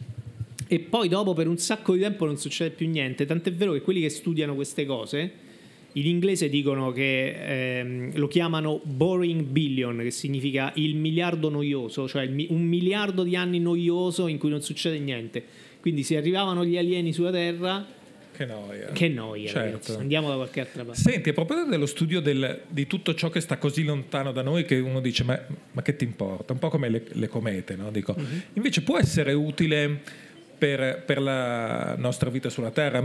e poi dopo per un sacco di tempo non succede più niente, tant'è vero che quelli che studiano queste cose in inglese dicono che ehm, lo chiamano boring billion, che significa il miliardo noioso, cioè il mi- un miliardo di anni noioso in cui non succede niente. Quindi se arrivavano gli alieni sulla Terra, che noia, che noia certo. Ragazzi, andiamo da qualche altra parte. Senti, a proposito dello studio del, di tutto ciò che sta così lontano da noi che uno dice ma, ma che ti importa, un po' come le, le comete, no? Dico, uh-huh. Invece può essere utile per, per la nostra vita sulla Terra.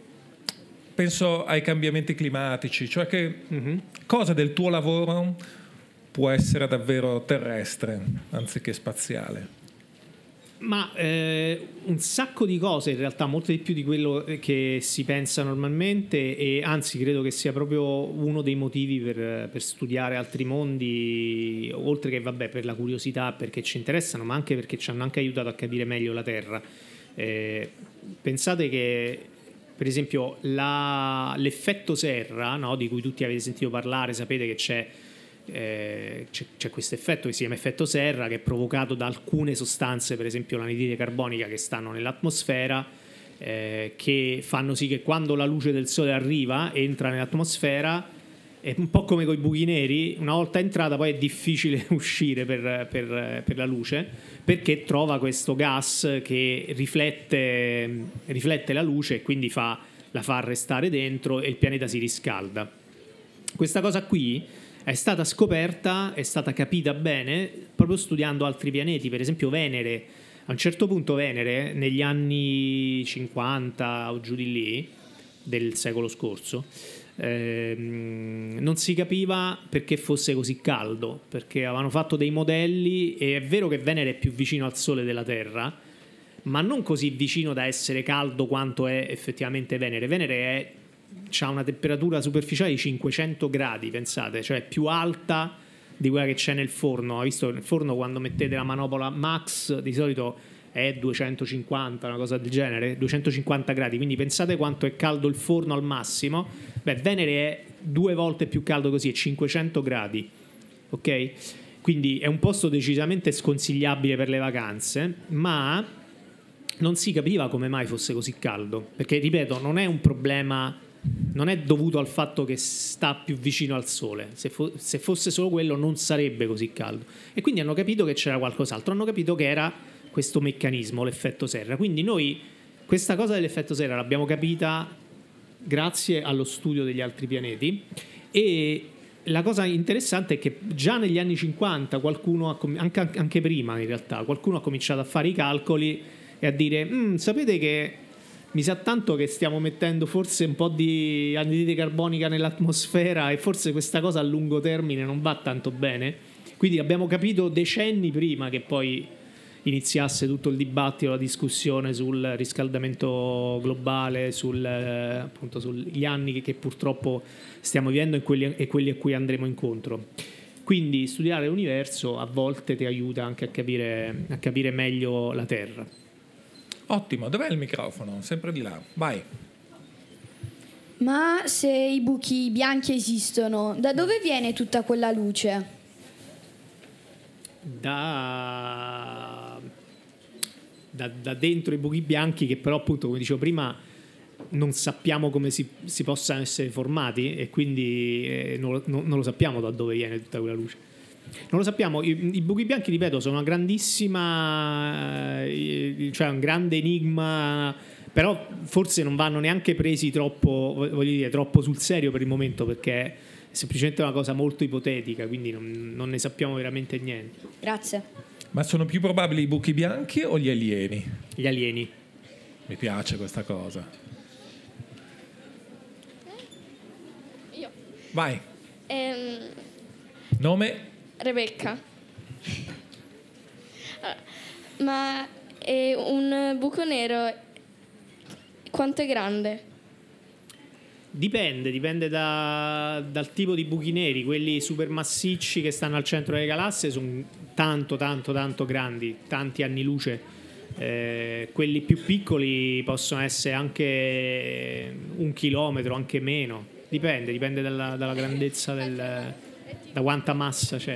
Penso ai cambiamenti climatici, cioè che uh-huh. cosa del tuo lavoro può essere davvero terrestre anziché spaziale? Ma eh, un sacco di cose in realtà, molto di più di quello che si pensa normalmente, e anzi credo che sia proprio uno dei motivi per, per studiare altri mondi, oltre che vabbè per la curiosità, perché ci interessano, ma anche perché ci hanno anche aiutato a capire meglio la Terra. Eh, pensate che per esempio la, l'effetto serra, no, di cui tutti avete sentito parlare, sapete che c'è Eh, c'è, c'è questo effetto che si chiama effetto serra, che è provocato da alcune sostanze, per esempio l'anidride carbonica, che stanno nell'atmosfera, eh, che fanno sì che quando la luce del sole arriva, entra nell'atmosfera, è un po' come con i buchi neri, una volta entrata poi è difficile uscire per, per, per la luce, perché trova questo gas che riflette, riflette la luce e quindi fa, la fa restare dentro e il pianeta si riscalda. Questa cosa qui è stata scoperta, è stata capita bene proprio studiando altri pianeti, per esempio Venere. A un certo punto Venere, negli anni cinquanta o giù di lì, del secolo scorso, ehm, non si capiva perché fosse così caldo, perché avevano fatto dei modelli, e è vero che Venere è più vicino al Sole della Terra, ma non così vicino da essere caldo quanto è effettivamente Venere. Venere è, ha una temperatura superficiale di cinquecento gradi, pensate, cioè più alta di quella che c'è nel forno. Ha visto nel forno, quando mettete la manopola max di solito è duecentocinquanta, una cosa del genere, duecentocinquanta gradi, quindi pensate quanto è caldo il forno al massimo. Beh, Venere è due volte più caldo così, è cinquecento gradi, ok? Quindi è un posto decisamente sconsigliabile per le vacanze, ma non si capiva come mai fosse così caldo, perché ripeto, non è un problema, non è dovuto al fatto che sta più vicino al Sole. Se, fo- se fosse solo quello non sarebbe così caldo, e quindi hanno capito che c'era qualcos'altro, hanno capito che era questo meccanismo, l'effetto serra. Quindi noi questa cosa dell'effetto serra l'abbiamo capita grazie allo studio degli altri pianeti, e la cosa interessante è che già negli anni cinquanta qualcuno ha com- anche, anche prima in realtà qualcuno ha cominciato a fare i calcoli e a dire mm, sapete che mi sa tanto che stiamo mettendo forse un po' di anidride carbonica nell'atmosfera, e forse questa cosa a lungo termine non va tanto bene. Quindi abbiamo capito decenni prima che poi iniziasse tutto il dibattito, la discussione sul riscaldamento globale, sul, appunto, sugli anni che, che purtroppo stiamo vivendo e quelli, e quelli a cui andremo incontro. Quindi studiare l'universo a volte ti aiuta anche a capire, a capire meglio la Terra. Ottimo, dov'è il microfono? Sempre di là, vai. Ma se i buchi bianchi esistono, da dove viene tutta quella luce? Da, da, da dentro i buchi bianchi, che però appunto, come dicevo prima, non sappiamo come si, si possano essere formati, e quindi eh, non, non, non lo sappiamo da dove viene tutta quella luce. Non lo sappiamo. I, i buchi bianchi, ripeto, sono una grandissima, eh, cioè un grande enigma, però forse non vanno neanche presi troppo, voglio dire, troppo sul serio per il momento, perché è semplicemente una cosa molto ipotetica, quindi non, non ne sappiamo veramente niente. Grazie. Ma sono più probabili i buchi bianchi o gli alieni? Gli alieni. Mi piace questa cosa. Io. Vai. Ehm, Nome? Rebecca. Ma è un buco nero, quanto è grande? Dipende, dipende da, dal tipo di buchi neri. Quelli super massicci che stanno al centro delle galassie sono tanto, tanto, tanto grandi, tanti anni luce. Eh, quelli più piccoli possono essere anche un chilometro, anche meno. Dipende, dipende dalla, dalla grandezza del, da quanta massa c'è.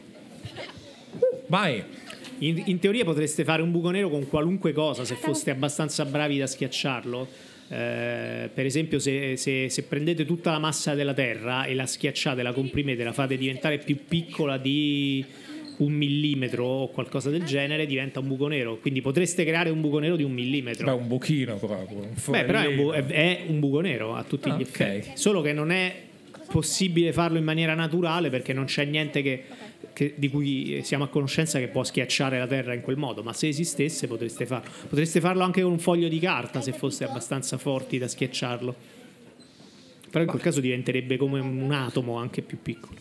Vai. In, in teoria potreste fare un buco nero con qualunque cosa, se foste abbastanza bravi da schiacciarlo. Eh, per esempio, se, se, se prendete tutta la massa della Terra e la schiacciate, la comprimete, la fate diventare più piccola di un millimetro o qualcosa del genere, diventa un buco nero. Quindi potreste creare un buco nero di un millimetro. Beh, un buchino proprio. Un Beh, però è un, bu- è, è un buco nero a tutti ah, gli okay. effetti. Solo che non è possibile farlo in maniera naturale, perché non c'è niente che, che, di cui siamo a conoscenza che può schiacciare la Terra in quel modo. Ma se esistesse potreste farlo. Potreste farlo anche con un foglio di carta, se foste abbastanza forti da schiacciarlo. Però in quel caso diventerebbe come un atomo, anche più piccolo.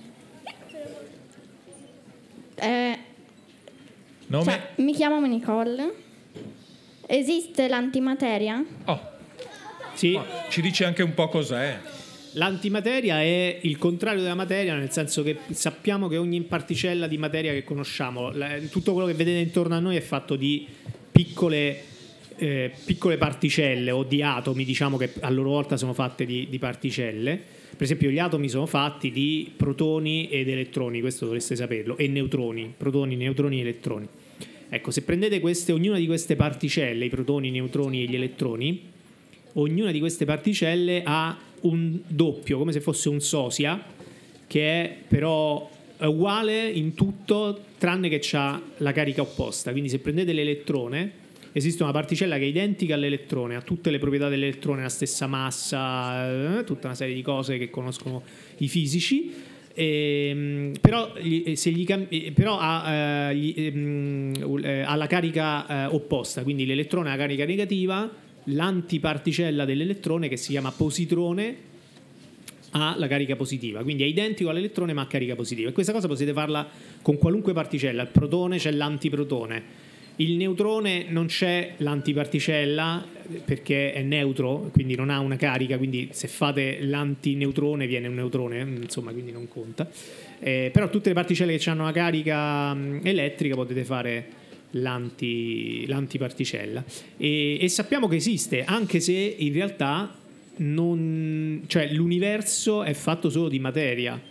Eh, Nome? Cioè, mi chiamo Nicole. Esiste l'antimateria? Oh. Sì. Oh, ci dici anche un po' cos'è. L'antimateria è il contrario della materia, nel senso che sappiamo che ogni particella di materia che conosciamo, tutto quello che vedete intorno a noi è fatto di piccole, eh, piccole particelle o di atomi, diciamo, che a loro volta sono fatte di, di particelle. Per esempio gli atomi sono fatti di protoni ed elettroni, questo dovreste saperlo, e neutroni, protoni, neutroni e elettroni. Ecco, se prendete queste, ognuna di queste particelle, i protoni, i neutroni e gli elettroni, ognuna di queste particelle ha un doppio, come se fosse un sosia, che è però è uguale in tutto tranne che ha la carica opposta. Quindi se prendete l'elettrone, esiste una particella che è identica all'elettrone, ha tutte le proprietà dell'elettrone, la stessa massa, eh, tutta una serie di cose che conoscono i fisici, E, però se gli cambi, però ha, eh, gli, eh, ha la carica eh, opposta, quindi l'elettrone ha la carica negativa, l'antiparticella dell'elettrone, che si chiama positrone, ha la carica positiva, quindi è identico all'elettrone ma ha carica positiva. E questa cosa potete farla con qualunque particella. Il protone c'è l'antiprotone, il neutrone non c'è l'antiparticella perché è neutro, quindi non ha una carica, quindi se fate l'antineutrone viene un neutrone, insomma, quindi non conta. Eh, però tutte le particelle che hanno una carica mh, elettrica potete fare l'anti, l'antiparticella. E, e sappiamo che esiste, anche se in realtà non, cioè l'universo è fatto solo di materia.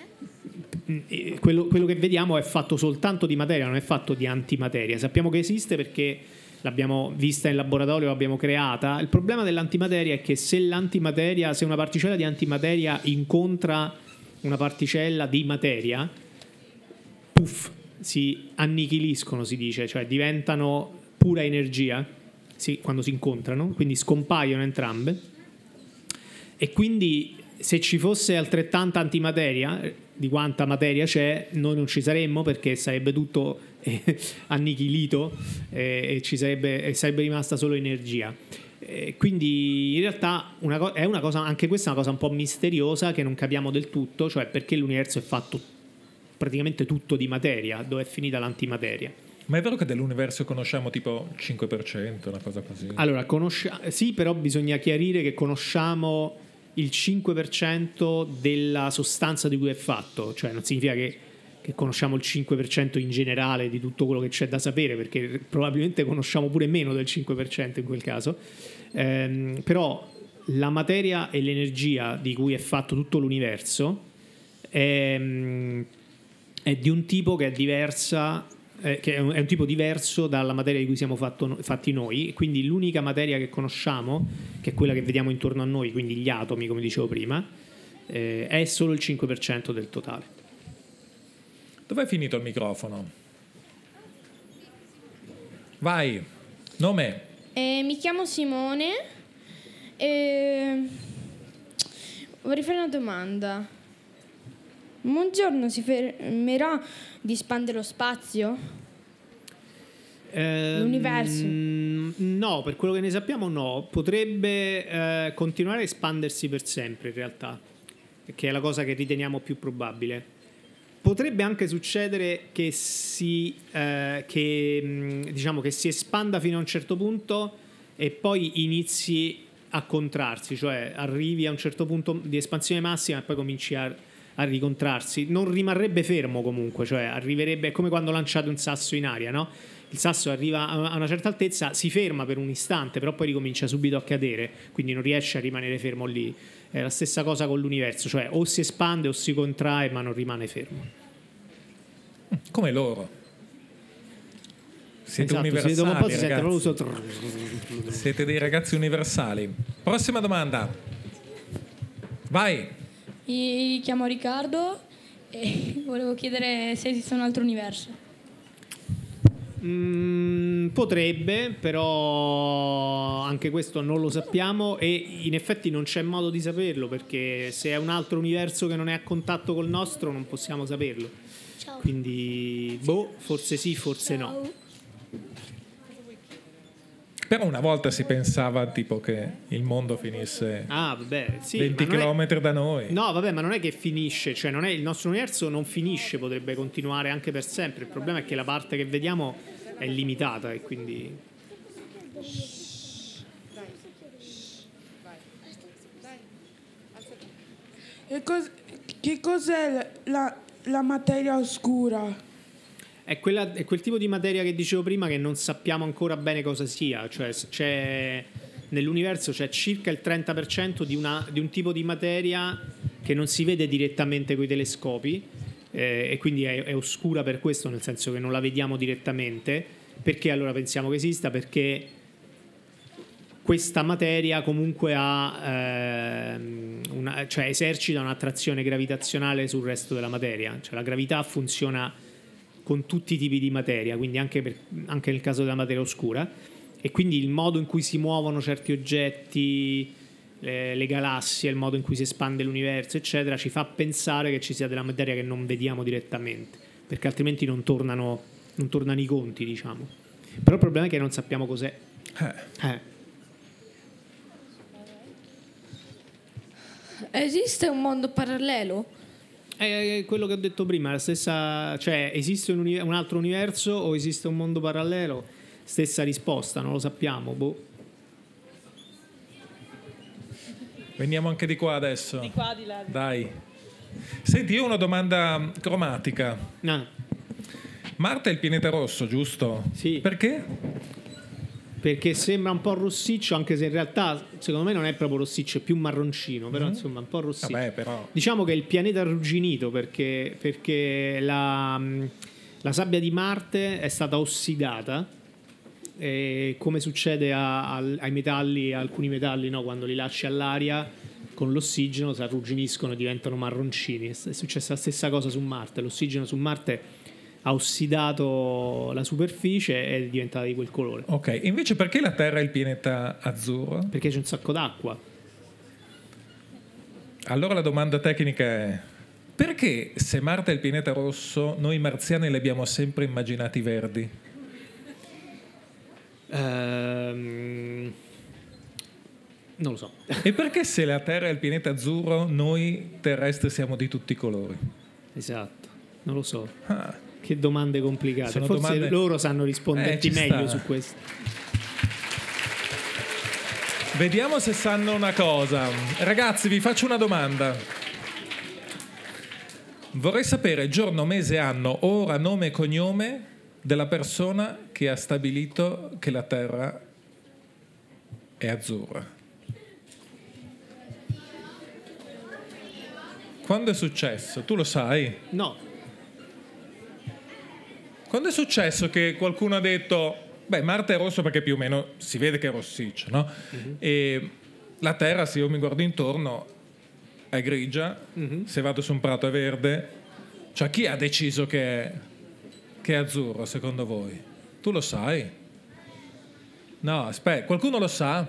Quello, quello che vediamo è fatto soltanto di materia, non è fatto di antimateria. Sappiamo che esiste perché l'abbiamo vista in laboratorio, l'abbiamo creata. Il problema dell'antimateria è che se l'antimateria, se una particella di antimateria incontra una particella di materia, puff, si annichiliscono, si dice, cioè diventano pura energia, sì, quando si incontrano, quindi scompaiono entrambe. E quindi se ci fosse altrettanta antimateria di quanta materia c'è, noi non ci saremmo, perché sarebbe tutto eh, annichilito eh, e ci sarebbe, e sarebbe rimasta solo energia. Eh, quindi in realtà una co- è una cosa, anche questa è una cosa un po' misteriosa che non capiamo del tutto, cioè perché l'universo è fatto praticamente tutto di materia, dove è finita l'antimateria. Ma è vero che dell'universo conosciamo tipo cinque per cento, una cosa così? Allora, conosci- sì, però bisogna chiarire che conosciamo il cinque per cento della sostanza di cui è fatto, cioè non significa che, che conosciamo il cinque per cento in generale di tutto quello che c'è da sapere, perché probabilmente conosciamo pure meno del cinque per cento in quel caso. Ehm, però la materia e l'energia di cui è fatto tutto l'universo è, è di un tipo che è diversa, eh, che è un, è un tipo diverso dalla materia di cui siamo fatto, fatti noi. Quindi l'unica materia che conosciamo, che è quella che vediamo intorno a noi, quindi gli atomi, come dicevo prima, eh, è solo il cinque per cento del totale. Dov'è finito il microfono? Vai, nome? Eh, mi chiamo Simone e vorrei fare una domanda. Un giorno si fermerà di espandere lo spazio? Eh, L'universo? No, per quello che ne sappiamo no. Potrebbe eh, continuare a espandersi per sempre in realtà, che è la cosa che riteniamo più probabile. Potrebbe anche succedere che si, eh, che, diciamo, che si espanda fino a un certo punto e poi inizi a contrarsi, cioè arrivi a un certo punto di espansione massima e poi cominci a, a ricontrarsi. Non rimarrebbe fermo comunque, cioè arriverebbe, è come quando lanciate un sasso in aria, no? Il sasso arriva a una certa altezza, si ferma per un istante, però poi ricomincia subito a cadere, quindi non riesce a rimanere fermo lì. È la stessa cosa con l'universo, cioè o si espande o si contrae, ma non rimane fermo. Come loro. Siete Esatto, universali, dopo un po' si sente ragazzi. proprio... Siete dei ragazzi universali. Prossima domanda. Vai. Mi chiamo Riccardo e volevo chiedere se esiste un altro universo. Mm, potrebbe, però anche questo non lo sappiamo e in effetti non c'è modo di saperlo, perché se è un altro universo che non è a contatto col nostro non possiamo saperlo. Ciao. Quindi boh, forse sì, forse Ciao. no. Però una volta si pensava tipo che il mondo finisse Ah, vabbè, sì, venti ma non è- chilometri da noi. No, vabbè, ma non è che finisce, cioè non è, il nostro universo non finisce, potrebbe continuare anche per sempre. Il problema è che la parte che vediamo è limitata e quindi... E cos- che cos'è la, la materia oscura? È, quella, è quel tipo di materia che dicevo prima che non sappiamo ancora bene cosa sia, cioè c'è, nell'universo c'è circa il trenta per cento di, una, di un tipo di materia che non si vede direttamente coi telescopi eh, e quindi è, è oscura per questo, nel senso che non la vediamo direttamente. Perché allora pensiamo che esista? Perché questa materia comunque ha ehm, una, cioè esercita un'attrazione gravitazionale sul resto della materia, cioè la gravità funziona con tutti i tipi di materia, quindi anche, per, anche nel caso della materia oscura, e quindi il modo in cui si muovono certi oggetti le, le galassie, il modo in cui si espande l'universo, eccetera, ci fa pensare che ci sia della materia che non vediamo direttamente, perché altrimenti non tornano, non tornano i conti, diciamo. Però il problema è che non sappiamo cos'è. Eh. Eh. Esiste un mondo parallelo? È quello che ho detto prima, la stessa, cioè esiste un, uni- un altro universo o esiste un mondo parallelo? Stessa risposta, non lo sappiamo. Boh. Veniamo anche di qua adesso. Di qua, di là. Dai. Senti, io ho una domanda cromatica. No. Marte è il pianeta rosso, giusto? Sì. Perché? Perché sembra un po' rossiccio, anche se in realtà secondo me non è proprio rossiccio, è più marroncino, però Mm. insomma un po' rossiccio. Vabbè, però. Diciamo che è il pianeta arrugginito perché, perché la, la sabbia di Marte è stata ossidata, e come succede a- al- ai metalli, a alcuni metalli, no? Quando li lasci all'aria con l'ossigeno si arrugginiscono e diventano marroncini. È successa la stessa cosa su Marte, l'ossigeno su Marte ha ossidato la superficie e è diventata di quel colore. Ok, invece perché la Terra è il pianeta azzurro? Perché c'è un sacco d'acqua. Allora la domanda tecnica è: perché se Marte è il pianeta rosso, noi marziani li abbiamo sempre immaginati verdi? Ehm, non lo so. E perché se la Terra è il pianeta azzurro, noi terrestri siamo di tutti i colori? Esatto, non lo so. Ah. Che domande complicate. Sono Forse domande- loro sanno risponderti Eh, ci meglio sta. su questo. Vediamo se sanno una cosa. Ragazzi, vi faccio una domanda. Vorrei sapere giorno, mese, anno, ora, nome e cognome della persona che ha stabilito che la Terra è azzurra. Quando è successo? Tu lo sai? No. Quando è successo che qualcuno ha detto beh, Marte è rosso perché più o meno si vede che è rossiccio, no? Mhm. E la Terra, se io mi guardo intorno, è grigia, Mhm. se vado su un prato è verde. Cioè, chi ha deciso che è, che è azzurro, secondo voi? Tu lo sai? No, aspetta, qualcuno lo sa?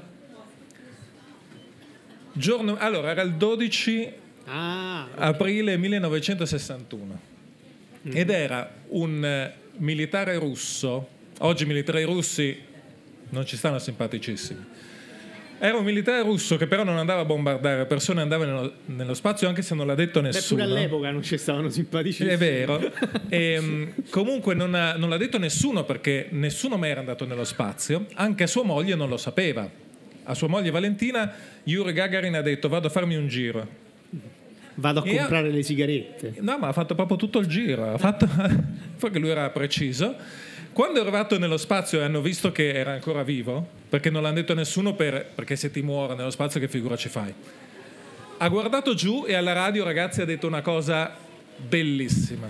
Giorno, allora, era il dodici Ah, aprile millenovecentosessantuno Mhm. ed era un eh, militare russo. Oggi i militari russi non ci stanno simpaticissimi. Era un militare russo che però non andava a bombardare persone, andava nello, nello spazio, anche se non l'ha detto beh, nessuno. pure all'epoca non ci stavano simpatici. È vero. E, mh, comunque non, ha- non l'ha detto nessuno perché nessuno mai era andato nello spazio, anche sua moglie non lo sapeva. A sua moglie Valentina Yuri Gagarin ha detto vado a farmi un giro. Vado a E comprare le sigarette. No, ma ha fatto proprio tutto il giro. Ha fatto perché lui era preciso. Quando è arrivato nello spazio e hanno visto che era ancora vivo, perché non l'hanno detto a nessuno, per, perché se ti muore nello spazio che figura ci fai? Ha guardato giù e alla radio, ragazzi, ha detto una cosa bellissima.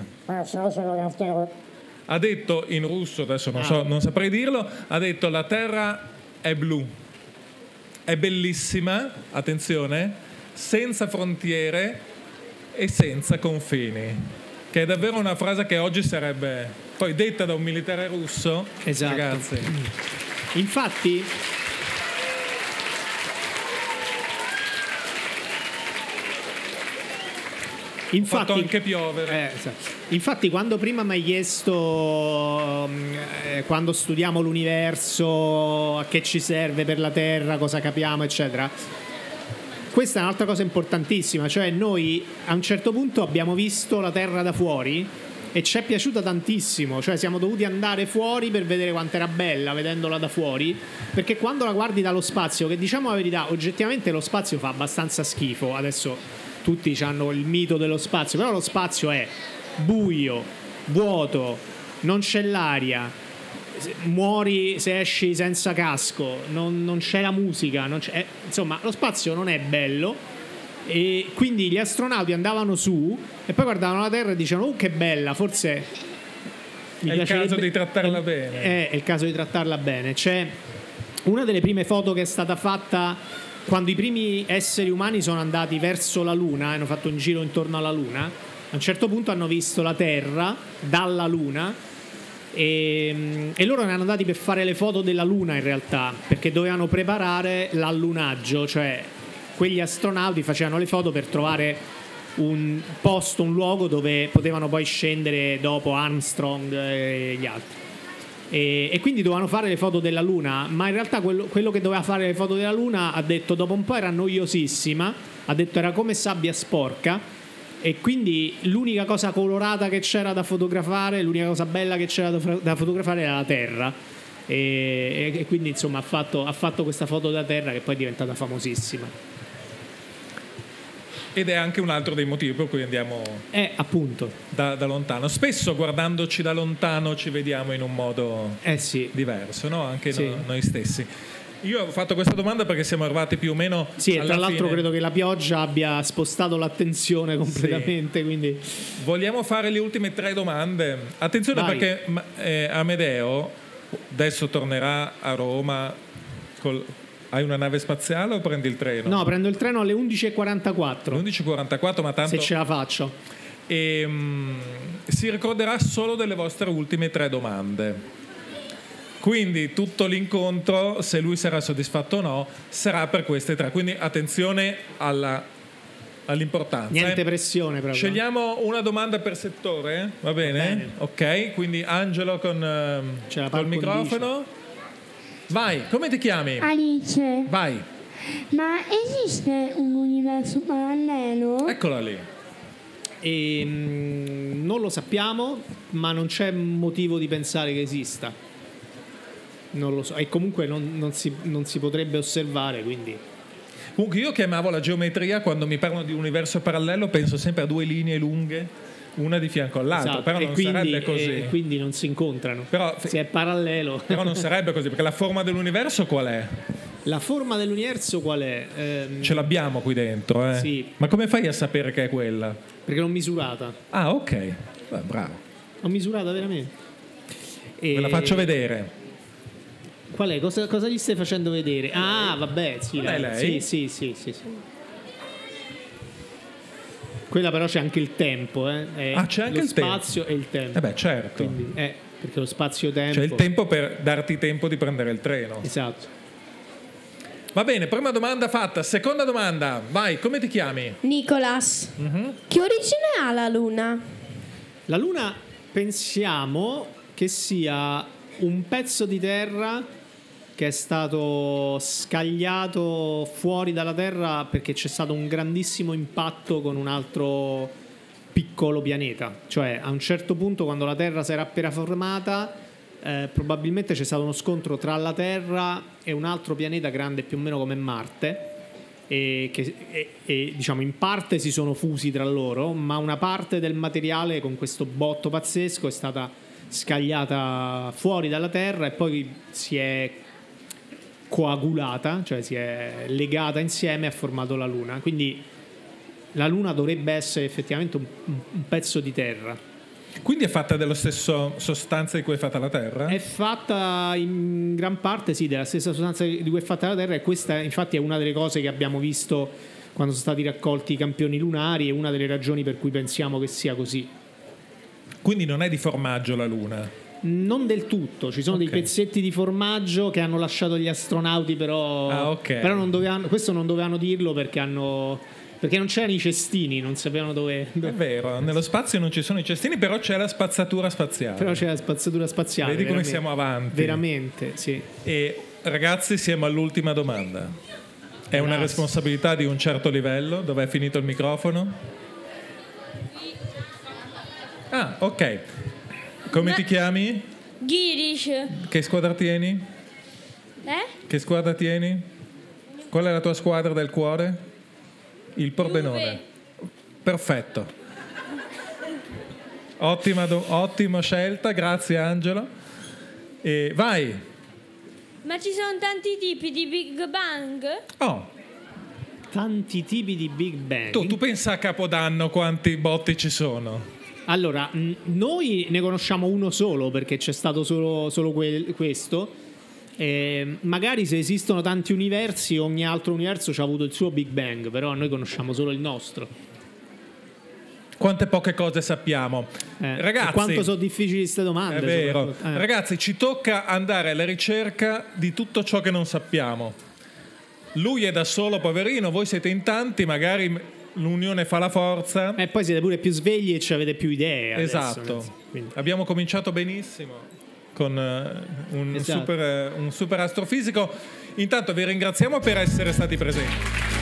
Ha detto in russo, adesso non so, non saprei dirlo, ha detto la Terra è blu, è bellissima, attenzione, senza frontiere e senza confini, che è davvero una frase che oggi sarebbe poi detta da un militare russo. Esatto. Ragazzi, Infatti, ha infatti fatto anche piovere. Eh, esatto. Infatti, quando prima mi hai chiesto mm, eh, quando studiamo l'universo, a che ci serve per la Terra, cosa capiamo, eccetera, questa è un'altra cosa importantissima. Cioè, noi a un certo punto abbiamo visto la Terra da fuori e ci è piaciuta tantissimo. Cioè, siamo dovuti andare fuori per vedere quanto era bella vedendola da fuori. Perché quando la guardi dallo spazio, che diciamo la verità, oggettivamente lo spazio fa abbastanza schifo. Adesso tutti hanno il mito dello spazio, però lo spazio è buio, vuoto, non c'è l'aria, muori se esci senza casco, non, non c'è la musica, non c'è, eh, insomma lo spazio non è bello, e quindi gli astronauti andavano su e poi guardavano la Terra e dicevano oh che bella, forse mi È il caso piacerebbe- di trattarla è- bene. è, è il caso di trattarla bene. C'è una delle prime foto che è stata fatta quando i primi esseri umani sono andati verso la Luna, hanno fatto un giro intorno alla Luna. A un certo punto hanno visto la Terra dalla Luna e, e loro erano andati per fare le foto della Luna in realtà, perché dovevano preparare l'allunaggio, cioè quegli astronauti facevano le foto per trovare un posto, un luogo dove potevano poi scendere dopo Armstrong e gli altri. E, e quindi dovevano fare le foto della Luna, ma in realtà quello, quello che doveva fare le foto della Luna ha detto dopo un po' era noiosissima, ha detto era come sabbia sporca, e quindi l'unica cosa colorata che c'era da fotografare, l'unica cosa bella che c'era da, da fotografare era la Terra. E, e quindi insomma ha fatto, ha fatto questa foto da Terra che poi è diventata famosissima. Ed è anche un altro dei motivi per cui andiamo eh, appunto. Da, da lontano. Spesso guardandoci da lontano ci vediamo in un modo eh sì. diverso, no? Anche sì. no, noi stessi. Io ho fatto questa domanda perché siamo arrivati più o meno sì, alla tra l'altro fine. Credo che la pioggia abbia spostato l'attenzione completamente, sì. Quindi vogliamo fare le ultime tre domande. Attenzione Vai. perché eh, Amedeo adesso tornerà a Roma col... Hai una nave spaziale o prendi il treno? No, prendo il treno alle undici e quarantaquattro. undici e quarantaquattro, ma tanto se ce la faccio. E um, si ricorderà solo delle vostre ultime tre domande. Quindi tutto l'incontro, se lui sarà soddisfatto o no, sarà per queste tre. Quindi attenzione alla, all'importanza. Niente eh. pressione proprio. Scegliamo una domanda per settore, va bene? Va bene. Ok, quindi Angelo con uh, col microfono. Vai, come ti chiami? Alice. Vai. Ma esiste un universo parallelo? Eccola lì. E, mh, non lo sappiamo, ma non c'è motivo di pensare che esista. Non lo so. E comunque non, non, si, non si potrebbe osservare, quindi... Comunque io chiamavo la geometria, quando mi parlano di universo parallelo, penso sempre a due linee lunghe, una di fianco all'altra, esatto. però e non quindi, sarebbe così. E quindi non si incontrano. Però, se è parallelo. Però non sarebbe così, perché la forma dell'universo qual è? La forma dell'universo qual è? Ehm... Ce l'abbiamo qui dentro, eh? Sì. Ma come fai a sapere che è quella? Perché l'ho misurata. Ah, ok. Beh, bravo. L'ho misurata veramente. E... Ve la faccio vedere. Qual è? Cosa, cosa gli stai facendo vedere? Ah, vabbè, sì. Lei, lei. lei? Sì, sì, sì, sì, sì. Quella però c'è anche il tempo, eh? È ah, c'è anche lo il tempo. spazio e il tempo. Eh beh, certo. Quindi, eh, perché lo spazio-tempo... C'è il tempo per darti tempo di prendere il treno. Esatto. Va bene, prima domanda fatta. Seconda domanda. Vai, come ti chiami? Nicolas. Mm-hmm. Che origine ha la Luna? La Luna pensiamo che sia un pezzo di terra che è stato scagliato fuori dalla Terra perché c'è stato un grandissimo impatto con un altro piccolo pianeta. Cioè a un certo punto, quando la Terra si era appena formata, eh, probabilmente c'è stato uno scontro tra la Terra e un altro pianeta grande più o meno come Marte, e che e, e, diciamo in parte si sono fusi tra loro, ma una parte del materiale con questo botto pazzesco è stata scagliata fuori dalla Terra e poi si è coagulata, cioè si è legata insieme e ha formato la Luna. Quindi la Luna dovrebbe essere effettivamente un, un pezzo di terra. Quindi è fatta dello stesso sostanza di cui è fatta la Terra? È fatta in gran parte sì della stessa sostanza di cui è fatta la Terra, e questa infatti è una delle cose che abbiamo visto quando sono stati raccolti i campioni lunari, e una delle ragioni per cui pensiamo che sia così. Quindi non è di formaggio la Luna? Non del tutto, ci sono okay. dei pezzetti di formaggio che hanno lasciato gli astronauti, però, ah, okay. però non dovevano, questo non dovevano dirlo perché hanno perché non c'erano i cestini, non sapevano dove, dove... È vero, nello spazio non ci sono i cestini, però c'è la spazzatura spaziale. Però c'è la spazzatura spaziale. Vedi come siamo avanti. Veramente, sì. E ragazzi, siamo all'ultima domanda. È Grazie. Una responsabilità di un certo livello. Dov'è finito il microfono? Ah, ok. Come Ma... ti chiami? Girish. Che squadra tieni? Eh? Che squadra tieni? Qual è la tua squadra del cuore? Il Pordenone. Juve. Perfetto. Ottima, do- ottima scelta, grazie Angelo. E vai. Ma ci sono tanti tipi di Big Bang? Oh. Tanti tipi di Big Bang. Tu, tu pensa a Capodanno quanti botti ci sono? Allora, n- noi ne conosciamo uno solo perché c'è stato solo, solo quel, questo. Eh, magari se esistono tanti universi, ogni altro universo ci ha avuto il suo Big Bang, però noi conosciamo solo il nostro. Quante poche cose sappiamo. Eh, Ragazzi, quanto sono difficili queste domande. È vero. Eh. Ragazzi, ci tocca andare alla ricerca di tutto ciò che non sappiamo. lui è da solo, poverino, voi siete in tanti, magari l'unione fa la forza. E poi siete pure più svegli e ci avete più idee. Esatto. Adesso, abbiamo cominciato benissimo con uh, un, esatto. super, uh, un super astrofisico. Intanto vi ringraziamo per essere stati presenti.